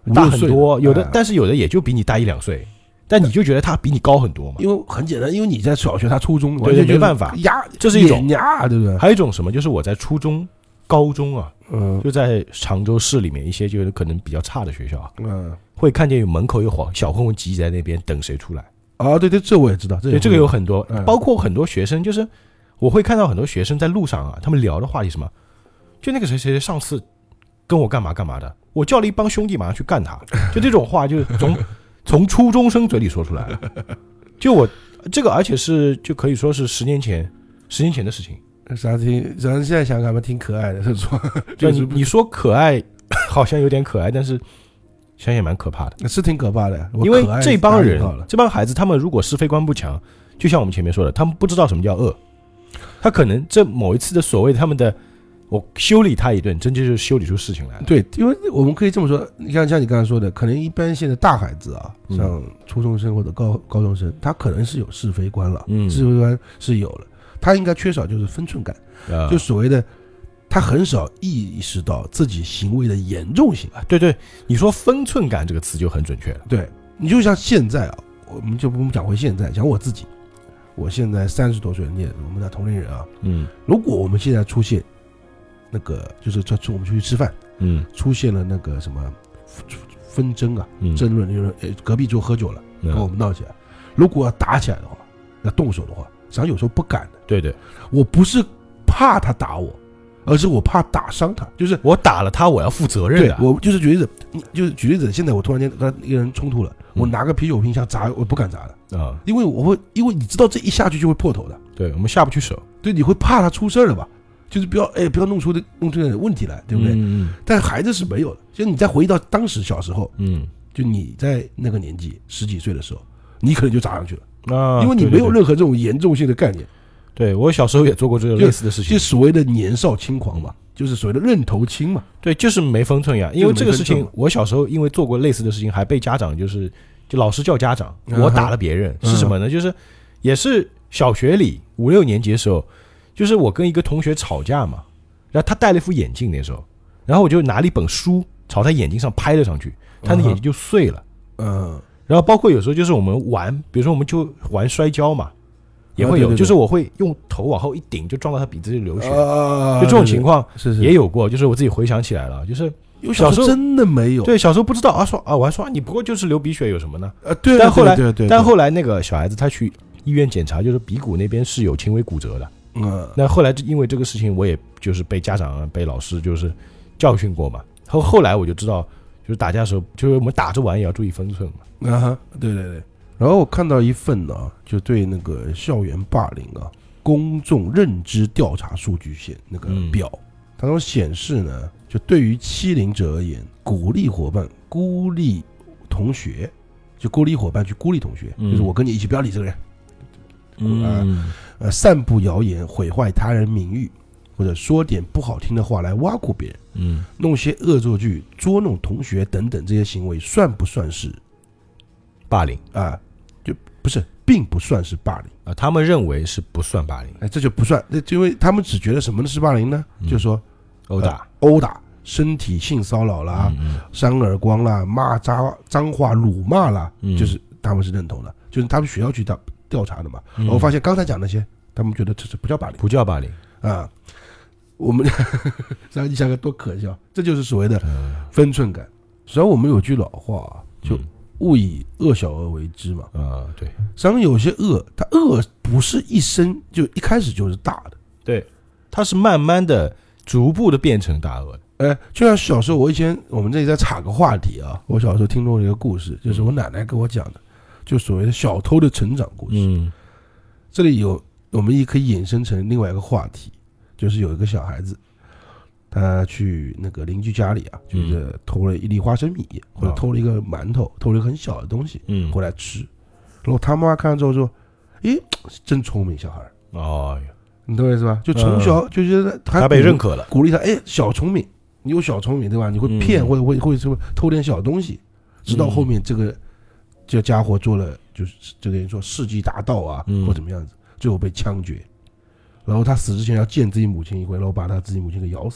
Speaker 1: 大很多，有的，
Speaker 2: 哎
Speaker 1: 但是有的也就比你大1-2岁，但你就觉得他比你高很多嘛。
Speaker 2: 因为很简单，因为你在小学，他初中，
Speaker 1: 对，没办法，
Speaker 2: 压，
Speaker 1: 这是一种
Speaker 2: 压，对不对？
Speaker 1: 还有一种什么，就是我在初中、高中啊，
Speaker 2: 嗯
Speaker 1: 就在常州市里面一些就是可能比较差的学校啊，
Speaker 2: 嗯，
Speaker 1: 会看见有门口有小混混挤在那边等谁出来。
Speaker 2: 啊，对对，这我也知道，
Speaker 1: 对，这个有很多，
Speaker 2: 嗯
Speaker 1: 包括很多学生，就是我会看到很多学生在路上啊，他们聊的话题什么，就那个谁谁上次跟我干嘛干嘛的，我叫了一帮兄弟马上去干他，就这种话就是从初中生嘴里说出来了。就我这个，而且是就可以说是10年前的事情。
Speaker 2: 啥听，咱现在想想挺可爱的，是说，
Speaker 1: 就你说可爱，好像有点可爱，但是想想也蛮可怕的，
Speaker 2: 是挺可怕的。
Speaker 1: 因为这帮人，这帮孩子，他们如果是非观不强，就像我们前面说的，他们不知道什么叫恶，他可能这某一次的所谓他们的我修理他一顿，真就是修理出事情来了。
Speaker 2: 对，因为我们可以这么说，你像你刚才说的，可能一般现在大孩子啊，像初中生或者高中生，他可能是有是非观了，是非观是有了，他应该缺少就是分寸感，就所谓的他很少意识到自己行为的严重性。
Speaker 1: 对对，你说分寸感这个词就很准确了。
Speaker 2: 对，你就像现在啊，我们讲回现在，讲我自己，我现在30多岁，我们的同龄人啊，如果我们现在出现那个就是我们出去吃饭，出现了那个什么纷争啊，争论，就是隔壁桌喝酒了，跟我们闹起来，如果要打起来的话，要动手的话，实际上有时候不敢的。
Speaker 1: 对对，
Speaker 2: 我不是怕他打我，而是我怕打伤他，就是
Speaker 1: 我打了他，我要负责任的。
Speaker 2: 对，我就是举例子，就是举例子，现在我突然间跟一个人冲突了，我拿个啤酒瓶想砸，我不敢砸的啊，因为你知道这一下去就会破头的，
Speaker 1: 对，我们下不去手，
Speaker 2: 对，你会怕他出事了吧？就是不要弄出点问题来，对不对？但孩子是没有的，就你再回忆到当时小时候，就你在那个年纪10几岁的时候，你可能就砸上去了啊，因为你没有任何这种严重性的概念。
Speaker 1: 对，我小时候也做过这个类似的事情，
Speaker 2: 就所谓的年少轻狂嘛，就是所谓的认头轻嘛。
Speaker 1: 对，就是没分寸呀。因为这个事情，我小时候因为做过类似的事情，还被家长就老师叫家长，我打了别人是什么呢？就是也是小学里5、6年级的时候，就是我跟一个同学吵架嘛，然后他戴了一副眼镜那时候，然后我就拿了一本书朝他眼睛上拍了上去，他的眼睛就碎了。然后包括有时候就是我们玩，比如说我们就玩摔跤嘛。也会有，
Speaker 2: 对，
Speaker 1: 就是我会用头往后一顶，就撞到他鼻子就流血，
Speaker 2: 就
Speaker 1: 这种情况
Speaker 2: 是
Speaker 1: 也有过，就是我自己回想起来了，就是
Speaker 2: 小时候真的没有，
Speaker 1: 对，小时候不知道啊，我还说你不过就是流鼻血有什么呢？
Speaker 2: 对，
Speaker 1: 但后来那个小孩子他去医院检查，就是鼻骨那边是有轻微骨折的，那后来因为这个事情，我也就是被家长被老师就是教训过嘛，后来我就知道，就是打架的时候，就是我们打着玩也要注意分寸嘛，
Speaker 2: 对。然后我看到一份呢，就对那个校园霸凌啊，公众认知调查数据线那个表，它都显示呢，就对于欺凌者而言，鼓励伙伴孤立同学，就孤立伙伴去孤立同学，就是我跟你一起不要理这个人，散布谣言毁坏他人名誉，或者说点不好听的话来挖苦别人，弄些恶作剧捉弄同学等等这些行为，算不算是
Speaker 1: 霸凌
Speaker 2: 啊？就不是，并不算是霸凌
Speaker 1: 啊。他们认为是不算霸凌，
Speaker 2: 这就不算，因为他们只觉得什么是霸凌呢？就是说
Speaker 1: 殴
Speaker 2: 打、身体性骚扰啦、扇耳光啦、骂脏话、辱骂啦，就是他们是认同的，就是他们学校去调查的嘛。我发现刚才讲那些，他们觉得这是不叫霸凌，
Speaker 1: 不叫霸凌
Speaker 2: 啊。我们你想想多可笑，这就是所谓的分寸感。实际上我们有句老话就勿以恶小而为之嘛，
Speaker 1: 对，
Speaker 2: 实际上有些恶，它恶不是一开始就是大的，
Speaker 1: 对，它是慢慢的、逐步的变成大恶的。
Speaker 2: 就像小时候，我们这里在插个话题啊，我小时候听说一个故事，就是我奶奶跟我讲的，就所谓的小偷的成长故事。这里我们也可以衍生成另外一个话题，就是有一个小孩子，他去那个邻居家里啊，就是偷了一粒花生米，或者偷了一个馒头，偷了一个很小的东西，回来吃。然后他妈看了之后说：“诶，真聪明小孩。”你懂我意思吧？就从小就觉得
Speaker 1: 他被认可了，
Speaker 2: 鼓励他。小聪明，你有小聪明对吧？你会骗或者会什么偷点小东西，直到后面这家伙做了，就等于说世纪大盗啊，或怎么样子，最后被枪决。然后他死之前要见自己母亲一回，然后把他自己母亲给咬死嘛。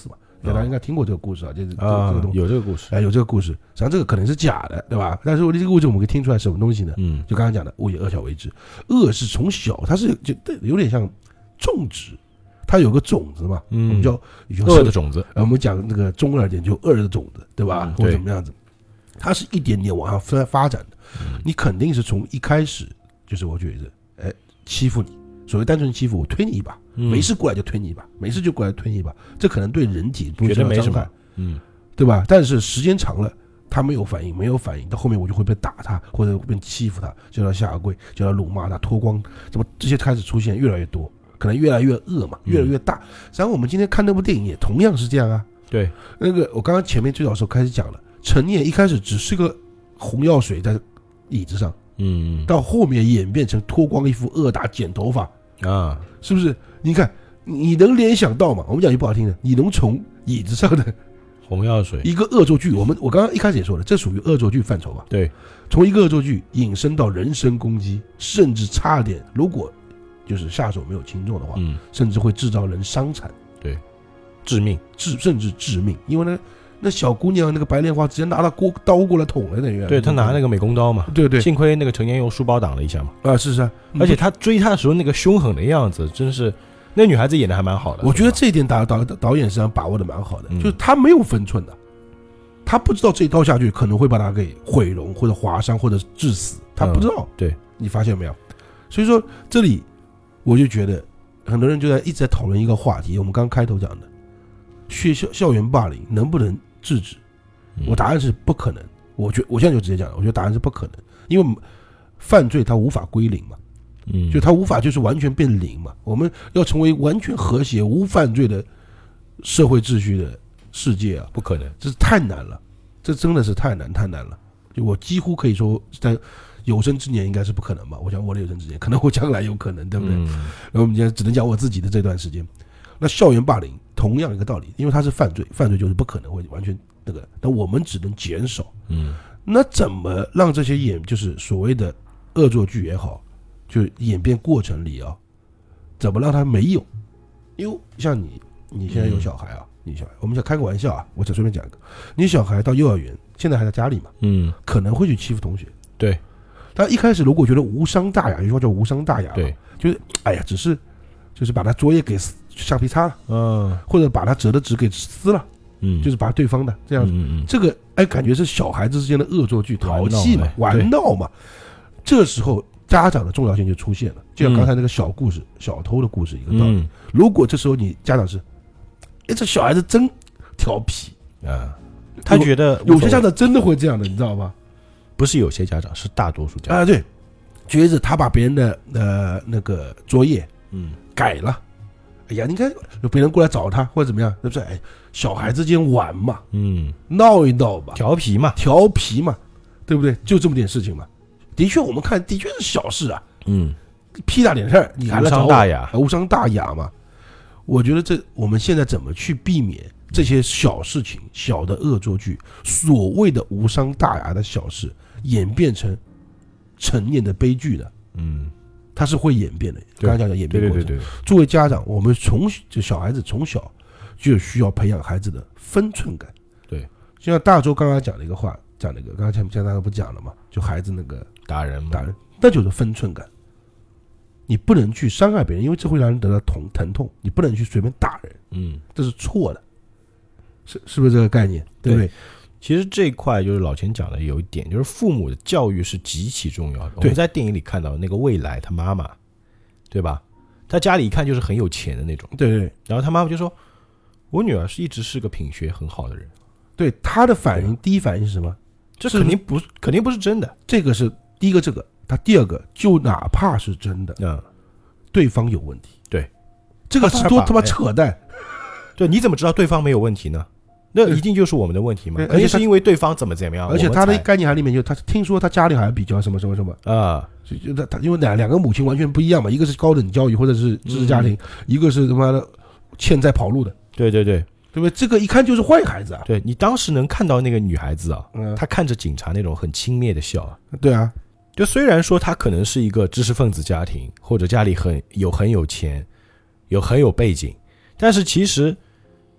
Speaker 2: 大家应该听过这个故事啊，就是这个东西
Speaker 1: 有这个故事，
Speaker 2: 有这个故事，实际上这个可能是假的，对吧？但是我这个故事我们可以听出来什么东西呢？就刚刚讲的“恶也恶小为之”，恶是从小，它是就有点像种植，它有个种子嘛，我们叫
Speaker 1: 恶的种子，
Speaker 2: 我们讲那个中二点就恶的种子，对吧？或者怎么样子，它是一点点往上发展的，你肯定是从一开始就是我觉得，欺负你，所谓单纯欺负我，推你一把，没事过来就推你一把，没事就过来推你一把，这可能对人体不是伤害，对吧？但是时间长了，他没有反应，到后面我就会被打他，或者被欺负他，叫他下跪，叫他辱骂他，脱光，怎么这些开始出现越来越多，可能越来越恶嘛，越来越大。然后我们今天看那部电影也同样是这样啊。
Speaker 1: 对，
Speaker 2: 那个我刚刚前面最早的时候开始讲了，陈念一开始只是个红药水在椅子上，到后面演变成脱光衣服、恶打、剪头发啊，是不是？你看，你能联想到吗？我们讲句不好听的，你能从椅子上的
Speaker 1: 红药水
Speaker 2: 一个恶作剧，我刚刚一开始也说了，这属于恶作剧范畴吧？
Speaker 1: 对，
Speaker 2: 从一个恶作剧引申到人身攻击，甚至差点，如果就是下手没有轻重的话，甚至会制造人伤残，
Speaker 1: 对，致命，
Speaker 2: 甚至致命，因为呢。那小姑娘那个白莲花直接拿刀过来捅了，等于
Speaker 1: 对她拿那个美工刀嘛，
Speaker 2: 对，
Speaker 1: 幸亏那个陈年用书包挡了一下嘛，
Speaker 2: 是啊，
Speaker 1: 而且他追她的时候那个凶狠的样子，真是那女孩子演的还蛮好的。
Speaker 2: 我觉得这一点导演实际上把握的蛮好的，就是他没有分寸的，他不知道这一刀下去可能会把他给毁容或者划伤或者致死，他不知道。
Speaker 1: 对，
Speaker 2: 你发现没有？所以说这里我就觉得很多人就一直在讨论一个话题，我们刚开头讲的校园霸凌能不能制止？我答案是不可能。我现在就直接讲了，我觉得答案是不可能，因为犯罪它无法归零嘛，就它无法就是完全变零嘛。我们要成为完全和谐无犯罪的社会秩序的世界啊，
Speaker 1: 不可能，
Speaker 2: 这太难了，这真的是太难了。就我几乎可以说，在有生之年应该是不可能吧。我想我的有生之年，可能我将来有可能，对不对？然后我们今天只能讲我自己的这段时间。那校园霸凌同样一个道理，因为它是犯罪就是不可能会完全那个，那我们只能减少。那怎么让这些就是所谓的恶作剧也好，就演变过程里啊，怎么让它没有？因为像你现在有小孩啊，我们想开个玩笑啊，我再随便讲一个，你小孩到幼儿园，现在还在家里嘛，可能会去欺负同学，
Speaker 1: 对。
Speaker 2: 他一开始如果觉得无伤大雅，有句话叫无伤大雅，
Speaker 1: 对，
Speaker 2: 就是哎呀，就是把他作业给橡皮擦了，或者把他折的纸给撕了，就是把对方的这样子，这个感觉是小孩子之间的恶作剧、淘气嘛、玩闹嘛。这时候家长的重要性就出现了，就像刚才那个小偷的故事一个道理。如果这时候你家长是，这小孩子真调皮
Speaker 1: 啊，他觉得
Speaker 2: 有些家长真的会这样的，你知道吗？
Speaker 1: 不是有些家长，是大多数家长
Speaker 2: 对，觉得他把别人的那个作业改了，哎呀，你看别人过来找他或者怎么样，是不是？小孩之间玩嘛，闹一闹吧，
Speaker 1: 调皮嘛，
Speaker 2: 对不对？就这么点事情嘛。的确，我们看的确是小事啊，屁大点事儿，你还来找我，无伤大雅嘛。我觉得我们现在怎么去避免这些小事情、小的恶作剧，所谓的无伤大雅的小事，演变成成年的悲剧呢？它是会演变的。刚才讲演变过程。对。作为家长，我们就小孩子从小就需要培养孩子的分寸感。对。就像大周刚刚讲的一个话，讲那个刚才大家不讲了嘛？就孩子那个
Speaker 1: 打人，
Speaker 2: 那就是分寸感。你不能去伤害别人，因为这会让人得到疼痛。你不能去随便打人，这是错的。是不是这个概念？对不对？
Speaker 1: 其实这一块就是老钱讲的有一点，就是父母的教育是极其重要的。我们在电影里看到那个未来他妈妈，对吧？他家里一看就是很有钱的那种，
Speaker 2: 对。
Speaker 1: 然后他妈妈就说：“我女儿一直是个品学很好的人。”
Speaker 2: 对，他的第一反应是什么？
Speaker 1: 这肯定不是真的。
Speaker 2: 这个是第一个，他第二个，就哪怕是真的，对方有问题。对，这个是多他妈扯淡。
Speaker 1: 对，你怎么知道对方没有问题呢？那一定就是我们的问题嘛，而且是因为对方怎么样，
Speaker 2: 而且他的概念里面就他听说他家里好像比较什么啊，他因为两个母亲完全不一样嘛，一个是高等教育或者是知识家庭，一个是他妈的欠债跑路的，对不对？这个一看就是坏孩子啊。
Speaker 1: 对，你当时能看到那个女孩子啊，她看着警察那种很轻蔑的笑啊。
Speaker 2: 对啊，
Speaker 1: 就虽然说她可能是一个知识分子家庭，或者家里很有钱，很有背景，但是其实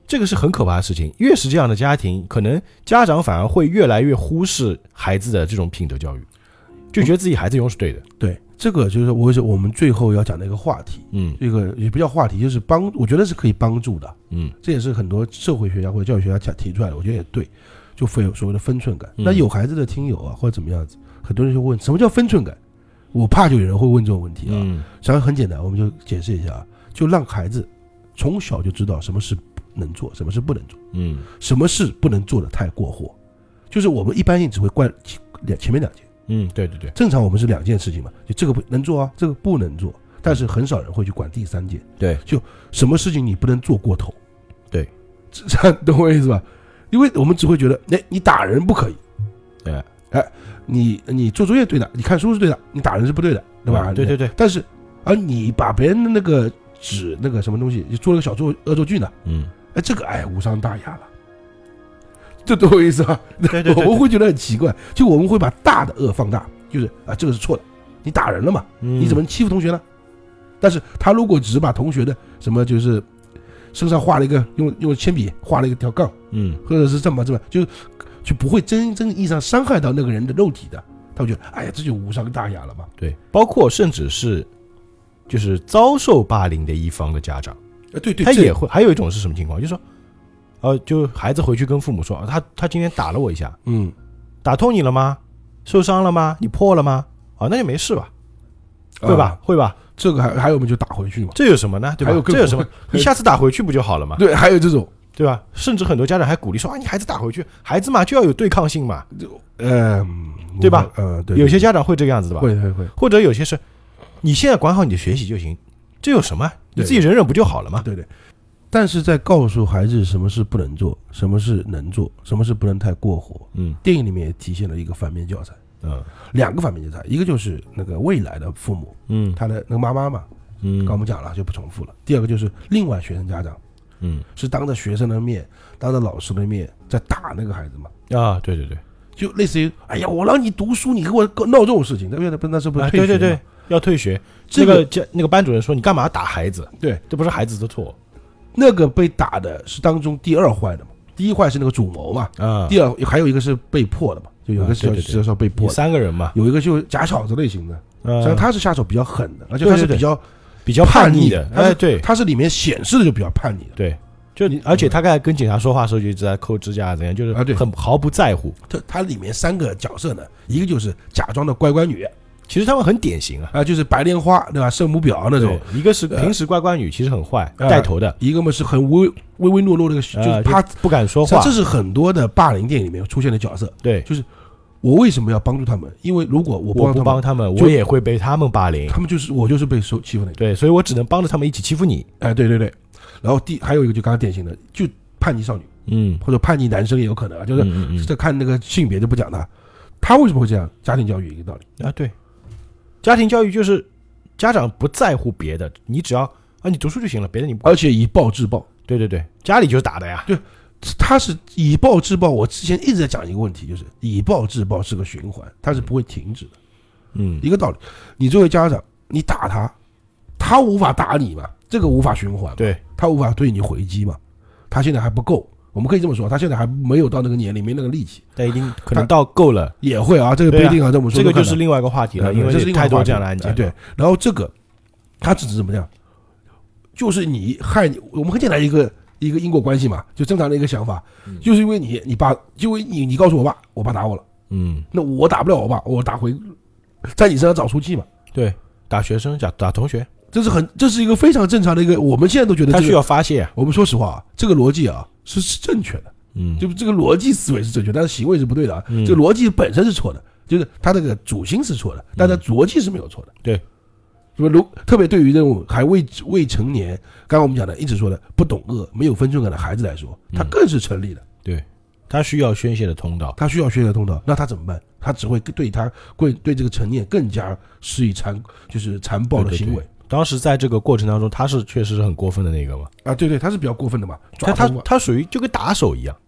Speaker 1: 这个是很可怕的事情。越是这样的家庭，可能家长反而会越来越忽视孩子的这种品德教育，就觉得自己孩子永远是对的。
Speaker 2: 对，这个就是我们最后要讲的一个话题。这个也不叫话题，就是我觉得是可以帮助的。这也是很多社会学家或者教育学家提出来的，我觉得也对，就会有所谓的分寸感。那有孩子的听友啊，或者怎么样子，很多人就问什么叫分寸感？我怕就有人会问这种问题啊。实际上很简单，我们就解释一下啊，就让孩子从小就知道什么是能做，什么是不能做。什么事不能做的太过火，就是我们一般性只会灌前面两件。
Speaker 1: 对对对，
Speaker 2: 正常我们是两件事情嘛，就这个不能做啊，这个不能做，但是很少人会去管第三件。
Speaker 1: 对，
Speaker 2: 就什么事情你不能做过头。
Speaker 1: 对，
Speaker 2: 这懂我意思吧？因为我们只会觉得，你打人不可以。
Speaker 1: 对，
Speaker 2: 你做作业对的，你看书是对的，你打人是不对的，对吧？
Speaker 1: 对对对。
Speaker 2: 但是你把别人的那个纸那个什么东西做了个小恶作剧呢？这个无伤大雅了。这懂我意思吧？
Speaker 1: 对对对，
Speaker 2: 我们会觉得很奇怪，就我们会把大的恶放大，就是这个是错的，你打人了嘛，你怎么欺负同学呢？但是他如果只是把同学的什么就是身上画了一个用铅笔画了一条杠，或者是这么就不会真正意义上伤害到那个人的肉体的，他会觉得这就无伤大雅了嘛。
Speaker 1: 对，包括甚至是就是遭受霸凌的一方的家长，
Speaker 2: 对，
Speaker 1: 他也会。还有一种是什么情况？就是说。就孩子回去跟父母说，他今天打了我一下，打痛你了吗？受伤了吗？你破了吗？那就没事吧，会吧？会吧？
Speaker 2: 这个还有我们就打回去嘛？
Speaker 1: 这有什么呢？对吧？这有什么？你下次打回去不就好了吗？
Speaker 2: 对，还有这种，
Speaker 1: 对吧？甚至很多家长还鼓励说你孩子打回去，孩子嘛就要有对抗性嘛，对吧？
Speaker 2: 对，
Speaker 1: 有些家长会这个样子的吧？
Speaker 2: 会，
Speaker 1: 或者有些是，你现在管好你的学习就行，这有什么？你自己忍忍不就好了吗？
Speaker 2: 对。但是在告诉孩子什么是不能做，什么是能做，什么是不能太过火。电影里面也体现了一个反面教材。两个反面教材，一个就是那个未来的父母，他的那个妈妈嘛，刚我们讲了就不重复了。第二个就是另外学生家长，是当着学生的面，当着老师的面在打那个孩子嘛。
Speaker 1: 对对对，
Speaker 2: 就类似于我让你读书，你给我闹这种事情，那是不是退学？
Speaker 1: 对对对，要退学。那个班主任说你干嘛打孩子？
Speaker 2: 对，
Speaker 1: 这不是孩子的错。
Speaker 2: 那个被打的是当中第二坏的嘛，第一坏是那个主谋嘛，第二还有一个是被迫的嘛，就有一个是被迫的，
Speaker 1: 三个人嘛，
Speaker 2: 有一个就假小子类型的，实际上他是下手比较狠的，而且他是比较
Speaker 1: 叛逆的，对，
Speaker 2: 他是里面显示的就比较叛逆的，
Speaker 1: 对，而且他刚才跟警察说话的时候就一直在抠指甲怎样，就是很毫不在乎。
Speaker 2: 他里面三个角色呢，一个就是假装的乖乖女。
Speaker 1: 其实他们很典型
Speaker 2: 就是白莲花对吧？圣母婊那种。
Speaker 1: 一个是平时乖乖女，其实很坏，带头的；
Speaker 2: 一个嘛是很唯唯诺诺的，就是他
Speaker 1: 不敢说话。
Speaker 2: 这是很多的霸凌电影里面出现的角色。
Speaker 1: 对，
Speaker 2: 就是我为什么要帮助他们？因为如果我
Speaker 1: 不帮他们，我也会被他们霸凌。
Speaker 2: 他们我就是被欺负那个。
Speaker 1: 对，所以我只能帮着他们一起欺负你。
Speaker 2: 对对对。然后还有一个就刚刚典型的，就叛逆少女，或者叛逆男生也有可能，就是在看那个性别就不讲他为什么会这样？家庭教育一个道理
Speaker 1: 对。家庭教育就是家长不在乎别的，你只要你读书就行了，别的你不。
Speaker 2: 而且以暴制暴。
Speaker 1: 对对对，家里就是打的呀。
Speaker 2: 对，他是以暴制暴。我之前一直在讲一个问题，就是以暴制暴是个循环，它是不会停止的。一个道理。你作为家长，你打他无法打你嘛，这个无法循环嘛。
Speaker 1: 对，
Speaker 2: 他无法对你回击嘛，他现在还不够。我们可以这么说，他现在还没有到那个年龄，没那个力气，
Speaker 1: 但一定可能到够了，
Speaker 2: 也会这个不一定这么说。
Speaker 1: 这个就是另外一个话题了，因为是太多这样的案件。
Speaker 2: 对，然后这个他只是怎么样，就是你害你，我们很简单一个因果关系嘛，就正常的一个想法，就是因为你爸，因为你告诉我爸打我了，那我打不了我爸，我打回在你身上找出气嘛。对，
Speaker 1: 打学生打同学。
Speaker 2: 这是一个非常正常的一个，我们现在都觉得
Speaker 1: 他需要发泄。
Speaker 2: 我们说实话，这个逻辑是正确的，就这个逻辑思维是正确，但是行为是不对的这个逻辑本身是错的，就是他这个主心是错的，但他逻辑是没有错的。
Speaker 1: 对，
Speaker 2: 特别对于这种还未成年，刚刚我们讲的一直说的不懂恶、没有分寸感的孩子来说，他更是成立的。
Speaker 1: 对，他需要宣泄的通道，
Speaker 2: 那他怎么办？他只会对这个成年更加施以残暴的行为。
Speaker 1: 当时在这个过程当中，他是确实是很过分的那个嘛。
Speaker 2: 对，他是比较过分的嘛。
Speaker 1: 他属于就跟打手一样。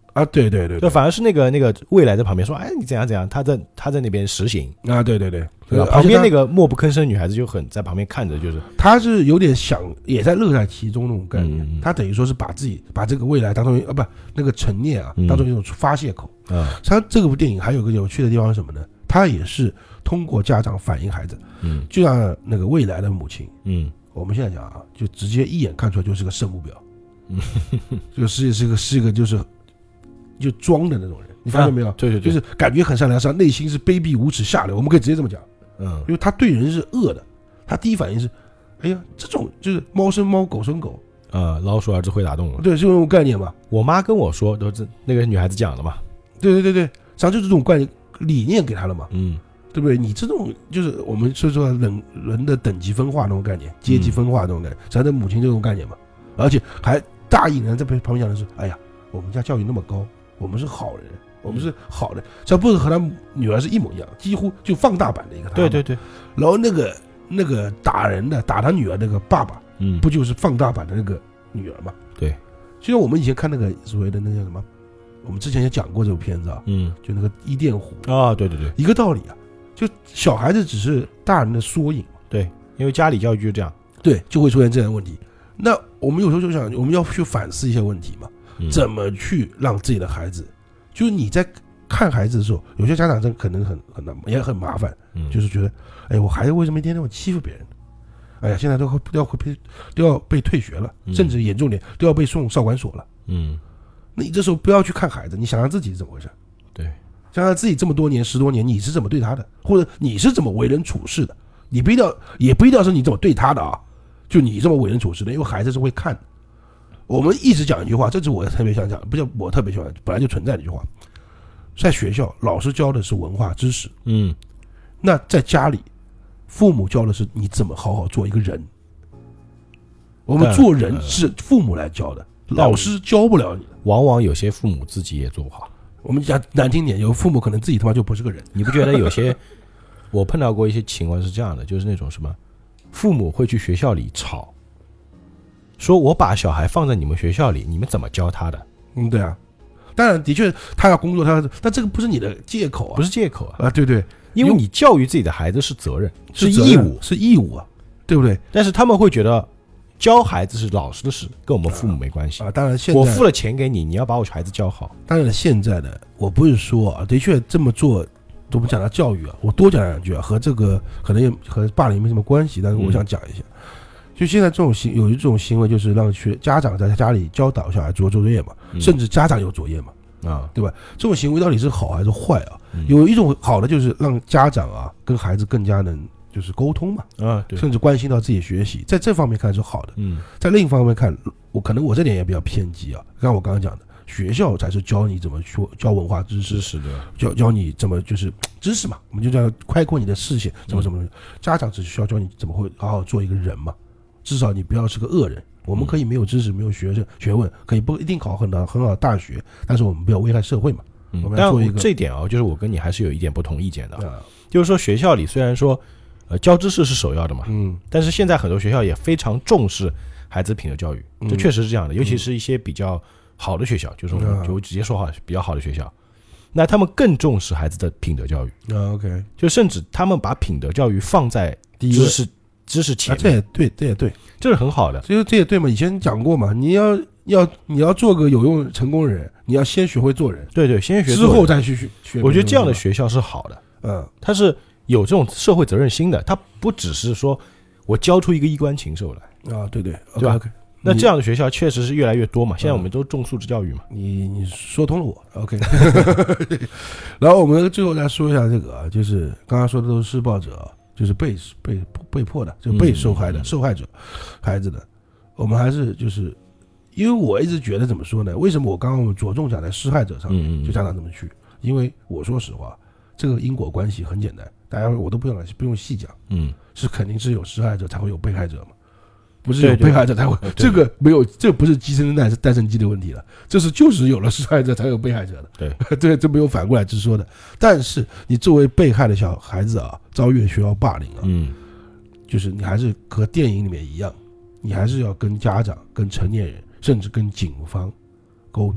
Speaker 2: 啊，对对对，
Speaker 1: 反而是那个未来在旁边说，哎，你怎样怎样，他在那边实行
Speaker 2: 啊，对对对，
Speaker 1: 旁边那个默不吭声女孩子就很在旁边看着，就是
Speaker 2: 他是有点想也在乐在其中那种概念，他等于说是把这个未来当成不那个陈念啊当成一种发泄口啊。他这部电影还有个有趣的地方是什么呢？他也是通过家长反映孩子，就像那个未来的母亲，我们现在讲啊，就直接一眼看出来就是个圣母婊，这个是一个就装的那种人，你发现没有？
Speaker 1: 对，
Speaker 2: 就是感觉很善良，内心是卑鄙无耻下流，我们可以直接这么讲。因为他对人是恶的，他第一反应是，哎呀，这种就是猫生猫，狗生狗，
Speaker 1: 老鼠儿子会打洞了，
Speaker 2: 对，是这种概念嘛。我
Speaker 1: 妈跟我说，都是那个女孩子讲的嘛。
Speaker 2: 对，实际上就是这种概念理念给他了嘛。对不对？你这种就是我们说人的等级分化那种概念，阶级分化那种概念，咱的母亲这种概念嘛，而且还大义人在旁边讲的是，哎呀，我们家教育那么高，我们是好人，我们是好的，这不是和他女儿是一模一样，几乎就放大版的一个。对。然后那个打他女儿那个爸爸，不就是放大版的那个女儿嘛？对。就像我们以前看那个所谓的那叫什么，我们之前也讲过这部片子啊，就那个伊甸湖
Speaker 1: 啊，对，一
Speaker 2: 个道理啊。就小孩子只是大人的缩影，
Speaker 1: 对，因为家里教育就这样，
Speaker 2: 对，就会出现这样的问题。那我们有时候就想，我们要去反思一些问题嘛，怎么去让自己的孩子，就是你在看孩子的时候，有些家长真可能很也很麻烦，就是觉得，哎，我孩子为什么一天天欺负别人？哎呀，现在都要被退学了，甚至严重点都要被送少管所了。那你这时候不要去看孩子，你想想自己是怎么回事？
Speaker 1: 对。
Speaker 2: 想想自己这么多年10多年你是怎么对他的，或者你是怎么为人处事的，你也不一定要是你怎么对他的啊，就你这么为人处事的，因为孩子是会看的。我们一直讲一句话，这是我特别想讲，不叫我特别喜欢，本来就存在的一句话，在学校老师教的是文化知识，那在家里父母教的是你怎么好好做一个人。我们做人是父母来教的，老师教不了你。
Speaker 1: 往往有些父母自己也做不好。
Speaker 2: 我们讲难听点，有父母可能自己他妈就不是个人。
Speaker 1: 你不觉得有些我碰到过一些情况是这样的，就是那种什么父母会去学校里吵，说我把小孩放在你们学校里，你们怎么教他的？
Speaker 2: 对啊，当然的确他要工作，但这个不是你的借口啊，
Speaker 1: 不是借口啊，
Speaker 2: 对，
Speaker 1: 因为你教育自己的孩子是责任，是义务啊，
Speaker 2: 对不对？
Speaker 1: 但是他们会觉得教孩子是老师的事，跟我们父母没关系
Speaker 2: 啊。当然，现在
Speaker 1: 我付了钱给你，你要把我孩子教好。
Speaker 2: 当然，现在的我不是说啊，的确这么做，我们讲到教育啊，我多讲两句啊，和这个可能也和霸凌没什么关系，但是我想讲一下，就现在这种有一种行为，就是让家长在家里教导小孩做作业嘛，甚至家长有作业嘛，对吧？这种行为到底是好还是坏啊？有一种好的就是让家长啊跟孩子更加能就是沟通嘛，
Speaker 1: 对，
Speaker 2: 甚至关心到自己学习，在这方面看是好的。在另一方面看，我这点也比较偏激啊。像我刚刚讲的，学校才是教你怎么说教文化知识的，教你怎么就是知识嘛，我们就叫开阔你的视线，怎么。家长只需要教你怎么会好好做一个人嘛，至少你不要是个恶人。我们可以没有知识，没有学问，可以不一定考很好的大学，但是我们不要危害社会嘛。我们要做一个
Speaker 1: 这一点啊，就是我跟你还是有一点不同意见的，就是说学校里虽然说。教知识是首要的嘛，但是现在很多学校也非常重视孩子品德教育，这确实是这样的，尤其是一些比较好的学校，就是就直接说话比较好的学校，那他们更重视孩子的品德教育
Speaker 2: OK，
Speaker 1: 就甚至他们把品德教育放在知识前面，
Speaker 2: 这也对，
Speaker 1: 这是很好的，
Speaker 2: 这也对嘛，以前讲过嘛，你要做个有用成功人，你要先学会做人，
Speaker 1: 对，先学
Speaker 2: 之后再去学。
Speaker 1: 我觉得这样的学校是好的，它是有这种社会责任心的，他不只是说我教出一个衣冠禽兽来
Speaker 2: 啊，对
Speaker 1: 吧？
Speaker 2: OK，
Speaker 1: 那这样的学校确实是越来越多嘛。现在我们都重素质教育嘛。
Speaker 2: 你说通了我 OK。然后我们最后再说一下这个啊，就是刚刚说的都是施暴者，就是被迫的，就被受害的受害者孩子的，我们还是就是因为我一直觉得怎么说呢？为什么我刚刚我们着重讲在施害者上面，就家长怎么去？因为我说实话，这个因果关系很简单。大家我都不用细讲，是肯定是有施害者才会有被害者嘛，不是有被害者才会，这个没有，这不是鸡生蛋是蛋生鸡的问题了，这是就是有了施害者才有被害者的，对，这没有反过来直说的。但是你作为被害的小孩子啊，遭遇学校霸凌啊，就是你还是和电影里面一样，你还是要跟家长、跟成年人，甚至跟警方沟通，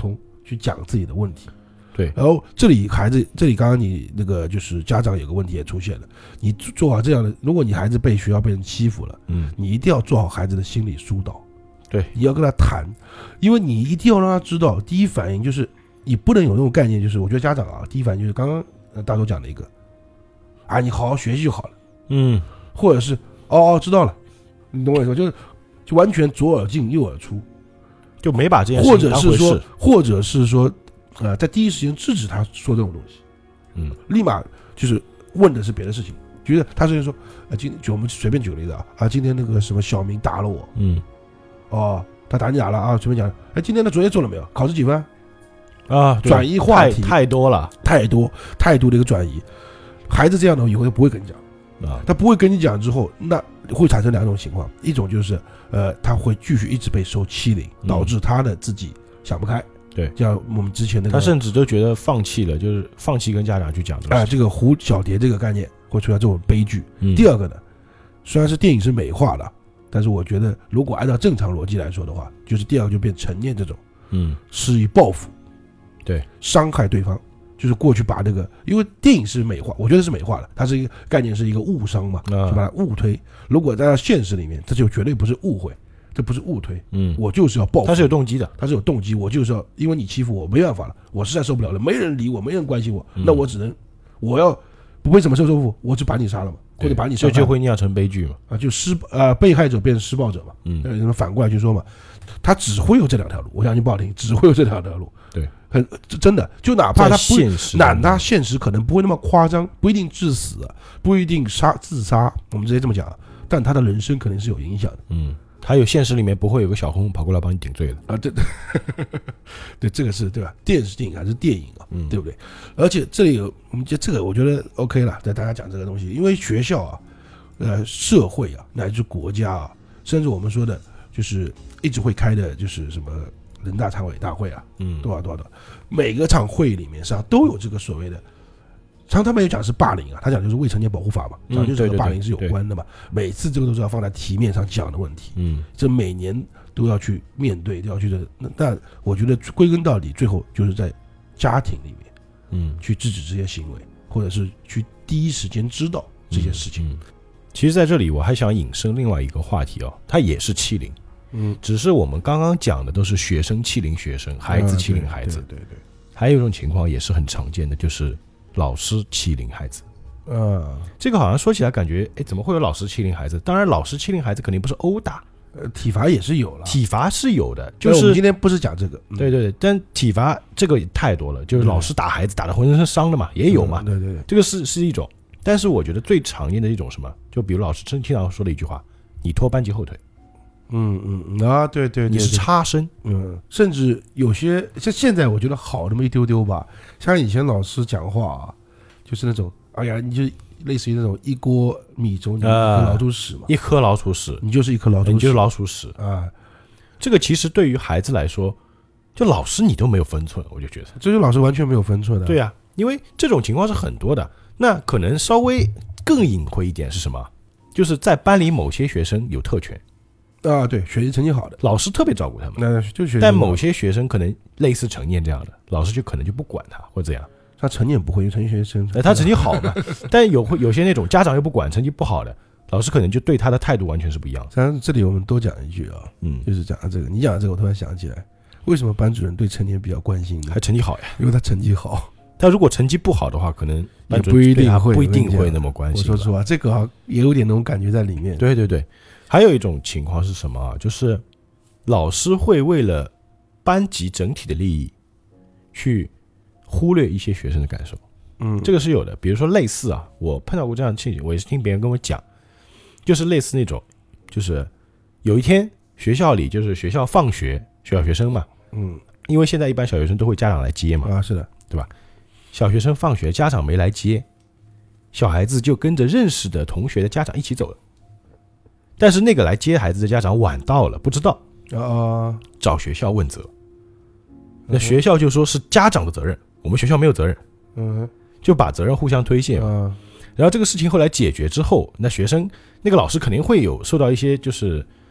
Speaker 2: 去讲自己的问题。
Speaker 1: 对，
Speaker 2: 然后这里刚刚你那个就是家长有个问题也出现了，你做好这样的，如果你孩子被学校被人欺负了，你一定要做好孩子的心理疏导。
Speaker 1: 对，
Speaker 2: 你要跟他谈，因为你一定要让他知道，第一反应就是你不能有那种概念，就是我觉得家长啊，第一反应就是刚刚大头讲的一个，啊，你好好学习就好了，或者是知道了，你懂我意思吗？就完全左耳进右耳出，
Speaker 1: 就没把这件事情当回事，
Speaker 2: 或者是说，在第一时间制止他说这种东西，立马就是问的是别的事情，觉得他是说，就我们随便举个例子啊，今天那个什么小明打了我，他打你打了啊，随便讲，今天的作业做了没有？考试几分？啊，转移话题
Speaker 1: 太多了，
Speaker 2: 太多的一个转移，孩子这样的以后就不会跟你讲啊，他不会跟你讲之后，那会产生两种情况，一种就是他会继续一直被受欺凌，导致他的自己想不开。
Speaker 1: 对，
Speaker 2: 像我们之前那个，
Speaker 1: 他甚至都觉得放弃了，就是放弃跟家长去讲这个
Speaker 2: 这个胡小蝶这个概念会出现这种悲剧。第二个呢，虽然是电影是美化的，但是我觉得如果按照正常逻辑来说的话，就是第二个就变陈念这种，施以报复，
Speaker 1: 对，
Speaker 2: 伤害对方，就是过去把那个，因为电影是美化，我觉得是美化的，它是一个概念，是一个误伤嘛，就把它误推。如果在现实里面，这就绝对不是误会。这不是误推，我就是要报复，
Speaker 1: 他是有动机的，
Speaker 2: 他是有动机，我就是要，因为你欺负我，没办法了，我实在受不了了，没人理我，没人关心我，那我只能，我要不为什么受负，我就把你杀了嘛，或者把你杀了，
Speaker 1: 这就会酿成悲剧嘛，
Speaker 2: 就被害者变成施暴者嘛，反过来就说嘛，他只会有这两条路，我相信不好听，只会有这两条路，
Speaker 1: 对，
Speaker 2: 真的，就哪怕他
Speaker 1: 他
Speaker 2: 现实可能不会那么夸张，不一定致死，不一定自杀，我们直接这么讲，但他的人生肯定是有影响的，
Speaker 1: 还有现实里面不会有个小混混跑过来帮你顶罪的
Speaker 2: 啊，对，对，这个是对吧？电视电影还是电影啊，对不对？而且这里有我们这个我觉得 OK 了，在大家讲这个东西，因为学校啊，社会啊，乃至国家啊，甚至我们说的就是一直会开的，就是什么人大常委大会啊，多少，每个场会里面上都有这个所谓的。他们也讲是霸凌啊，他讲就是未成年保护法嘛，讲就是和霸凌是有关的嘛。每次这个都是要放在题面上讲的问题，这每年都要去面对，都要去的。那我觉得归根到底，最后就是在家庭里面，去制止这些行为，或者是去第一时间知道这些事情。
Speaker 1: 其实在这里我还想引申另外一个话题它也是欺凌，只是我们刚刚讲的都是学生欺凌学生，孩子欺凌孩子，
Speaker 2: 对，
Speaker 1: 还有一种情况也是很常见的，就是老师欺凌孩子，这个好像说起来感觉，怎么会有老师欺凌孩子？当然，老师欺凌孩子肯定不是殴打，
Speaker 2: 体罚也是有了，
Speaker 1: 体罚是有的，就是
Speaker 2: 我们今天不是讲这个，
Speaker 1: 对，但体罚这个也太多了，就是老师打孩子打得浑身伤的嘛，也有嘛，
Speaker 2: 对，
Speaker 1: 这个是一种，但是我觉得最常见的一种什么，就比如老师经常说的一句话，你拖班级后腿，
Speaker 2: 对，
Speaker 1: 你是差生，
Speaker 2: 甚至有些像现在我觉得好那么一丢丢吧，像以前老师讲话就是那种，哎呀，你就类似于那种一锅米中一颗老鼠屎嘛，
Speaker 1: 一颗老鼠屎，
Speaker 2: 你就是一颗老鼠屎，
Speaker 1: 你就是老鼠屎啊。这个其实对于孩子来说，就老师你都没有分寸，我就觉得
Speaker 2: 这就老师完全没有分寸的。
Speaker 1: 对呀，因为这种情况是很多的。那可能稍微更隐晦一点是什么？就是在班里某些学生有特权。
Speaker 2: 对，学习成绩好的
Speaker 1: 老师特别照顾他们，
Speaker 2: 那就学习。
Speaker 1: 但某些学生可能类似陈念这样的，老师就可能就不管他或者怎样。
Speaker 2: 他陈念不会，因为陈念学生，
Speaker 1: 他成绩好嘛。但有些那种家长又不管，成绩不好的，老师可能就对他的态度完全是不一样的。
Speaker 2: 但这里我们多讲一句就是讲这个，你讲这个，我突然想起来，为什么班主任对陈念比较关心呢？
Speaker 1: 还成绩好呀，
Speaker 2: 因为他成绩好。
Speaker 1: 他如果成绩不好的话，可能
Speaker 2: 也不一定
Speaker 1: 会那么关心。
Speaker 2: 我说实话，这个也有点那种感觉在里面。
Speaker 1: 对。还有一种情况是什么就是老师会为了班级整体的利益去忽略一些学生的感受。这个是有的。比如说类似我碰到过这样的情景，我也是听别人跟我讲，就是类似那种，就是有一天学校里就是学校放学，小学生嘛，因为现在一般小学生都会家长来接嘛，
Speaker 2: 是的，
Speaker 1: 对吧？小学生放学，家长没来接，小孩子就跟着认识的同学的家长一起走了。但是那个来接孩子的家长晚到了，不知道，找学校问责。那学校就说是家长的责任，我们学校没有责任，就把责任互相推卸嘛。然后这个事情后来解决之后，那学生那个老师肯定会有受到一些就是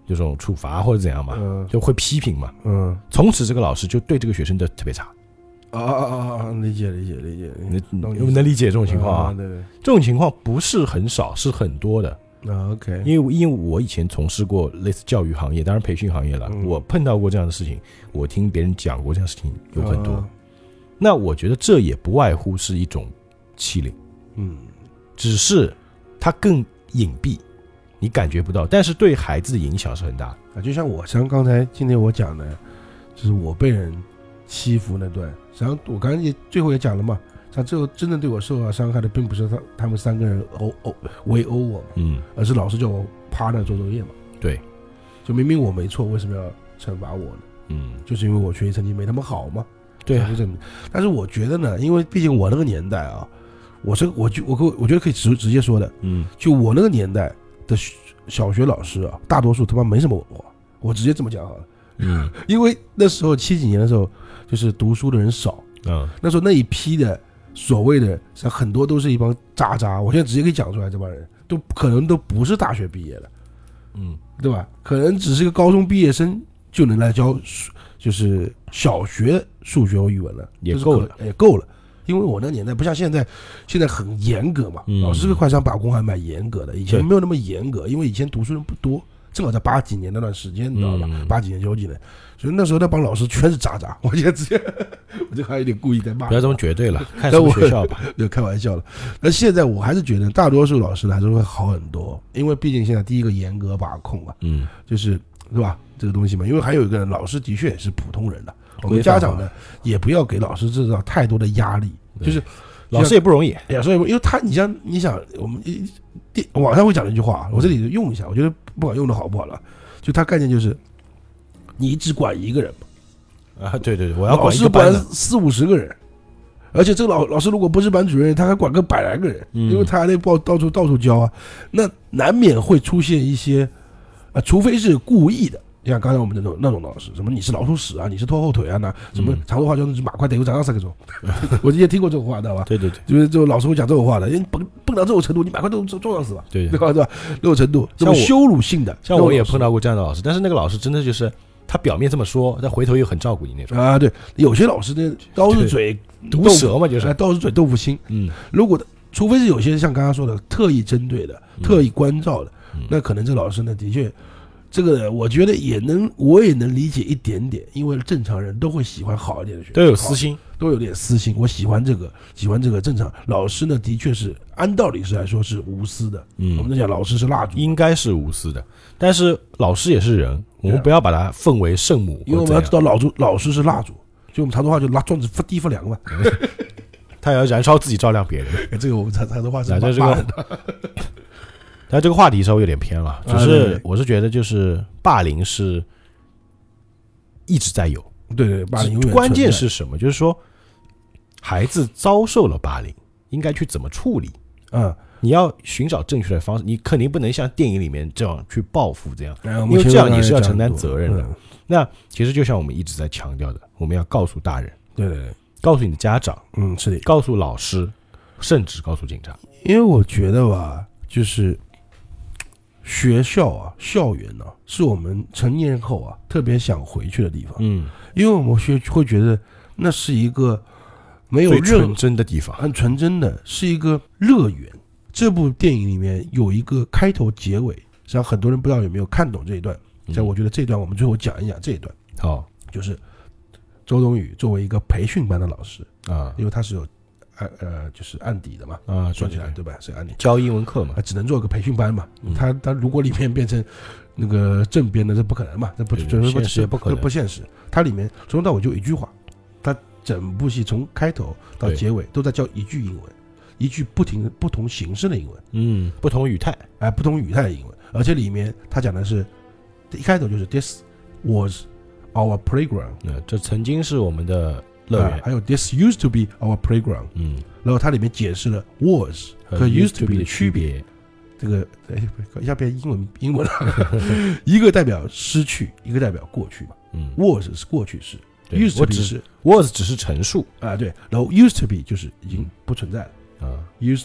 Speaker 1: 这种处罚或者怎样嘛，就会批评嘛。从此这个老师就对这个学生就特别差。
Speaker 2: 理解，
Speaker 1: 能理解这种情况啊？
Speaker 2: 对，
Speaker 1: 这种情况不是很少，是很多的。
Speaker 2: OK，
Speaker 1: 因为我以前从事过类似教育行业，当然培训行业了，我碰到过这样的事情，我听别人讲过这样的事情有很多。那我觉得这也不外乎是一种欺凌，只是它更隐蔽，你感觉不到，但是对孩子的影响是很大的。
Speaker 2: 就像刚才今天我讲的，就是我被人欺负那段，实际上我刚才最后也讲了嘛。像最后真正对我受到伤害的，并不是他们3个人围殴我嘛，而是老师叫我趴那做作业嘛。
Speaker 1: 对，
Speaker 2: 就明明我没错，为什么要惩罚我呢？就是因为我学习成绩没他们好嘛。
Speaker 1: 对
Speaker 2: 啊，但是我觉得呢，因为毕竟我那个年代啊，我觉得可以直接说的，就我那个年代的小学老师啊，大多数他妈没什么文化，我直接这么讲好了。因为那时候70几年的时候，就是读书的人少，那时候那一批的。所谓的像很多都是一帮渣，我现在直接可以讲出来，这帮人都可能都不是大学毕业的，对吧？可能只是个高中毕业生就能来教，就是小学数学和语文了，
Speaker 1: 也够
Speaker 2: 了。因为我那年代不像现在很严格嘛，老师快上把控还蛮严格的，以前没有那么严格，因为以前读书人不多，正好在80几年那段时间，你知道吧？80几年90几年。所以那时候那帮老师全是渣，我现在直接，我就还有点故意在骂。
Speaker 1: 不要这么绝对了，看什么学校吧。
Speaker 2: 就开玩笑了。那现在我还是觉得大多数老师还是会好很多，因为毕竟现在第一个严格把控嘛，就是是吧？这个东西嘛，因为还有一个老师的确也是普通人的，我们家长呢也不要给老师制造太多的压力，就是
Speaker 1: 老师也不容易，
Speaker 2: 所以因为你想我们网上会讲的一句话，我这里用一下，我觉得不管用的好不好了，就他概念就是。你只管一个人
Speaker 1: 嘛？对，我要管一个
Speaker 2: 班，老师管40-50个人，而且这个老师如果不是班主任，他还管个100来个人，因为他还得到处教啊，那难免会出现一些，除非是故意的，像刚才我们那种老师，什么你是老鼠屎啊，你是拖后腿啊，那什么长头话叫马快得有长上3个钟，我之前听过这种话，知道吧？
Speaker 1: 对，
Speaker 2: 就是这种老师会讲这种话的，蹦到这种程度，你马快都撞上死吧？对吧？那种程度，这种羞辱性的，
Speaker 1: 像我也碰到过这样的老师，但是那个老师真的就是。他表面这么说，但回头又很照顾你那种
Speaker 2: 啊。对，有些老师呢，刀子嘴
Speaker 1: 毒舌嘛，就是
Speaker 2: 刀子嘴豆腐心。如果除非是有些像刚刚说的特意针对的、特意关照的，那可能这老师呢，的确，这个我觉得我也能理解一点点，因为正常人都会喜欢好一点的学生，
Speaker 1: 都有私心，
Speaker 2: 都有点私心。我喜欢这个正常。老师呢，的确是按道理是来说是无私的。我们在讲老师是蜡烛，
Speaker 1: 应该是无私的，但是老师也是人。我们不要把它奉为圣母，
Speaker 2: 因为我们要知道老师是蜡烛，就我们常州话就状子低发凉嘛，
Speaker 1: 他也要燃烧自己照亮别人。
Speaker 2: 这个我们常州话是
Speaker 1: 骂的。但这个话题稍微有点偏了，就是我是觉得就是霸凌是一直在有，
Speaker 2: 对，霸凌永远存在。
Speaker 1: 关键是什么？就是说孩子遭受了霸凌，应该去怎么处理？你要寻找正确的方式，你肯定不能像电影里面这样去报复这样，因为这样你是要承担责任的。那其实就像我们一直在强调的，我们要告诉大人，
Speaker 2: 对，
Speaker 1: 告诉你的家长，
Speaker 2: 是的，
Speaker 1: 告诉老师，甚至告诉警察。
Speaker 2: 因为我觉得吧，就是学校啊、校园啊，是我们成年后啊特别想回去的地方。因为我们会觉得那是一个没有
Speaker 1: 最纯真的地方，
Speaker 2: 很纯真的，是一个乐园。这部电影里面有一个开头结尾，实际上很多人不知道有没有看懂这一段。我觉得这一段我们最后讲一讲这一段。
Speaker 1: 好，
Speaker 2: 就是周冬雨作为一个培训班的老师因为他是有就是案底的嘛说起来对吧？是案底
Speaker 1: 教英文课嘛，
Speaker 2: 只能做个培训班嘛。他如果里面变成那个正编的，这不可能嘛，这不
Speaker 1: 现实不可能，
Speaker 2: 不现实。他里面从头到尾就一句话，他整部戏从开头到结尾都在教一句英文。一句不同形式的英文，
Speaker 1: 不同语态，
Speaker 2: 不同语态的英文，而且里面他讲的是，一开头就是 This was our playground，
Speaker 1: 这曾经是我们的乐园，
Speaker 2: 还有 This used to be our playground，然后它里面解释了 was 和 used to be 的区别，这个一下变英文了，一个代表失去，一个代表过去嘛，was 是过去式，used to be 是
Speaker 1: was 只是陈述
Speaker 2: 对，然后 used to be 就是已经不存在了。used to be，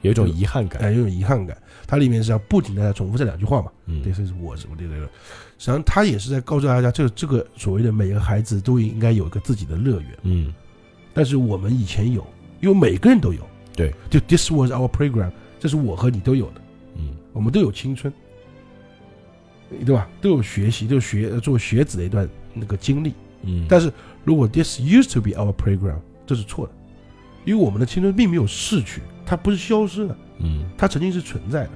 Speaker 1: 有一种遗憾感，
Speaker 2: 有一种遗憾感。它里面实际上不停地在重复这2句话嘛，
Speaker 1: 嗯，
Speaker 2: 这是我什么的，实际上它也是在告诉大家，这个所谓的每个孩子都应该有一个自己的乐园，
Speaker 1: 嗯，
Speaker 2: 但是我们以前有，因为每个人都有，
Speaker 1: 对，
Speaker 2: 就 this was our playground， 这是我和你都有的，
Speaker 1: 嗯，
Speaker 2: 我们都有青春，对吧？都有学习，都有做学子的一段那个经历，
Speaker 1: 嗯，
Speaker 2: 但是如果 this used to be our playground， 这是错的，因为我们的青春并没有逝去，它不是消失的，
Speaker 1: 嗯，
Speaker 2: 它曾经是存在的。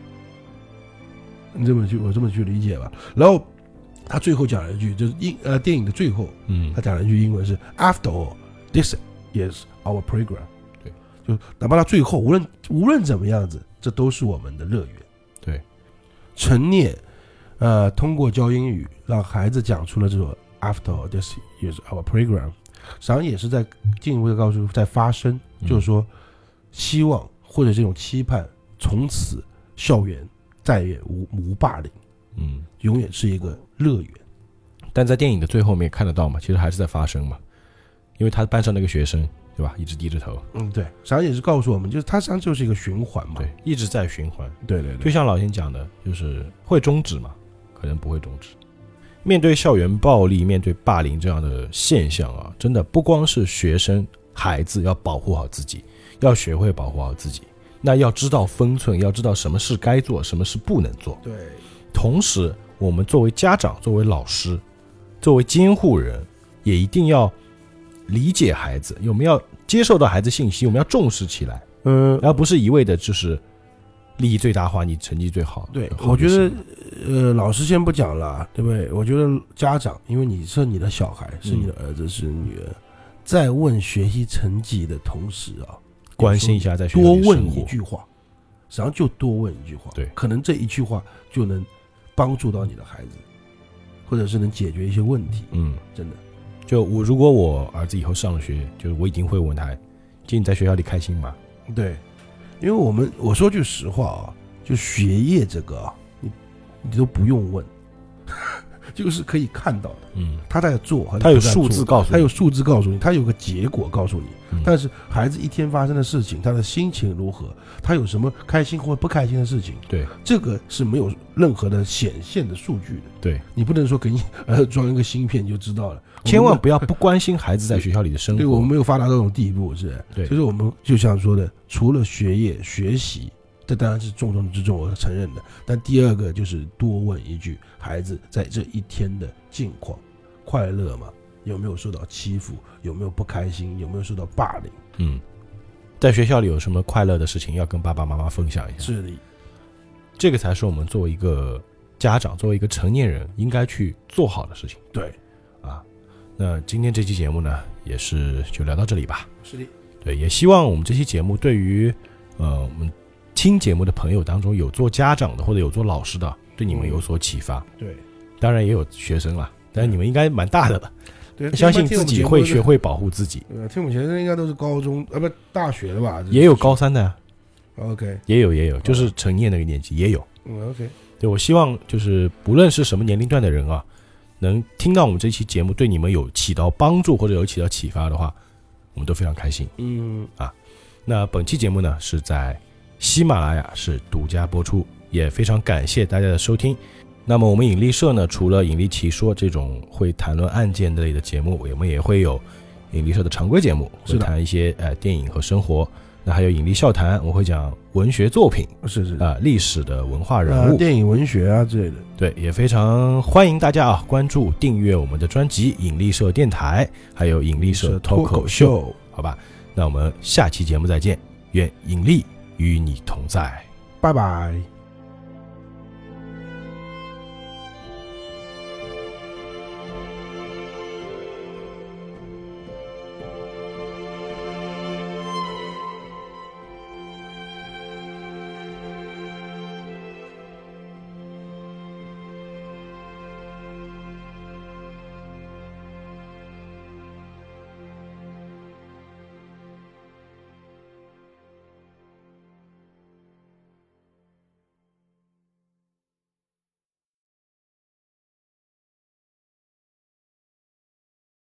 Speaker 2: 我这么去理解吧。然后他最后讲了一句，就是电影的最后，他讲了一句英文是 After all, this is our playground。
Speaker 1: 对，
Speaker 2: 就哪怕他最后无论怎么样子，这都是我们的乐园。
Speaker 1: 对，
Speaker 2: 陈念通过教英语让孩子讲出了这种 After all, this is our playground， 实际上也是在进一步的告诉，在发声，就是说希望或者这种期盼，从此校园再也无霸凌，永远是一个乐园。
Speaker 1: 但在电影的最后面看得到嘛，其实还是在发生嘛，因为他班上那个学生，对吧，一直低着头，
Speaker 2: 对，实际上也是告诉我们，就是它实际上就是一个循环嘛，
Speaker 1: 对，一直在循环，
Speaker 2: 对对对，
Speaker 1: 就像老先讲的，就是会终止嘛，可能不会终止。面对校园暴力，面对霸凌这样的现象啊，真的不光是学生孩子要保护好自己，要学会保护好自己。那要知道分寸，要知道什么事该做，什么事不能做。
Speaker 2: 对，
Speaker 1: 同时我们作为家长，作为老师，作为监护人，也一定要理解孩子，我们要接受到孩子信息，我们要重视起来，而不是一味的就是利益最大化，你成绩最好。
Speaker 2: 对，我觉得老师先不讲了，对不对？我觉得家长，因为你是你的小孩，是你的儿子，是女儿，在问学习成绩的同时啊，
Speaker 1: 关心一下在学校
Speaker 2: 多
Speaker 1: 里
Speaker 2: 问一句话，实际上就多问一句话，
Speaker 1: 对，
Speaker 2: 可能这一句话就能帮助到你的孩子，或者是能解决一些问题。真的，
Speaker 1: 就如果我儿子以后上了学，就是我一定会问他，就你在学校里开心吗？
Speaker 2: 对，因为我说句实话啊，就学业这个啊，你都不用问。就是可以看到的，他在做，
Speaker 1: 他有数字告诉你，
Speaker 2: 他有数字告诉你，他有个结果告诉你。但是孩子一天发生的事情，他的心情如何，他有什么开心或不开心的事情，
Speaker 1: 对，
Speaker 2: 这个是没有任何的显现的数据的。
Speaker 1: 对，
Speaker 2: 你不能说给你装一个芯片你就知道了，
Speaker 1: 千万不要不关心孩子在学校里的生活。
Speaker 2: 对，我们没有发达到这种地步，是。
Speaker 1: 对，
Speaker 2: 就是我们就像说的，除了学业学习。这当然是重中之重，我承认的。但第二个就是多问一句，孩子在这一天的境况，快乐吗？有没有受到欺负？有没有不开心？有没有受到霸凌？
Speaker 1: 在学校里有什么快乐的事情要跟爸爸妈妈分享一下？
Speaker 2: 是的，
Speaker 1: 这个才是我们作为一个家长，作为一个成年人应该去做好的事情。
Speaker 2: 对，
Speaker 1: 那今天这期节目呢，也是就聊到这里吧。
Speaker 2: 是的，
Speaker 1: 对，也希望我们这期节目对于我们听节目的朋友当中有做家长的或者有做老师的，对你们有所启发。
Speaker 2: 对，
Speaker 1: 当然也有学生了，但是你们应该蛮大的了。
Speaker 2: 对，
Speaker 1: 相信自己会学会保护自己。
Speaker 2: 听我们学生应该都是高中不大学的吧？
Speaker 1: 也有高三的呀。
Speaker 2: OK，
Speaker 1: 也有，就是成年那个年纪也有。
Speaker 2: OK，
Speaker 1: 对，我希望就是不论是什么年龄段的人啊，能听到我们这期节目对你们有起到帮助或者有起到启发的话，我们都非常开心。那本期节目呢是在喜马拉雅是独家播出，也非常感谢大家的收听。那么我们引力社呢，除了引力奇说这种会谈论案件类的节目，我们也会有引力社的常规节目，会谈一些电影和生活。那还有引力笑谈，我会讲文学作品，
Speaker 2: 是
Speaker 1: 历史的文化人物，
Speaker 2: 电影文学啊之类的。
Speaker 1: 对，也非常欢迎大家关注订阅我们的专辑引力社电台，还有引力社脱口秀，好吧？那我们下期节目再见，愿引力与你同在，
Speaker 2: 拜拜。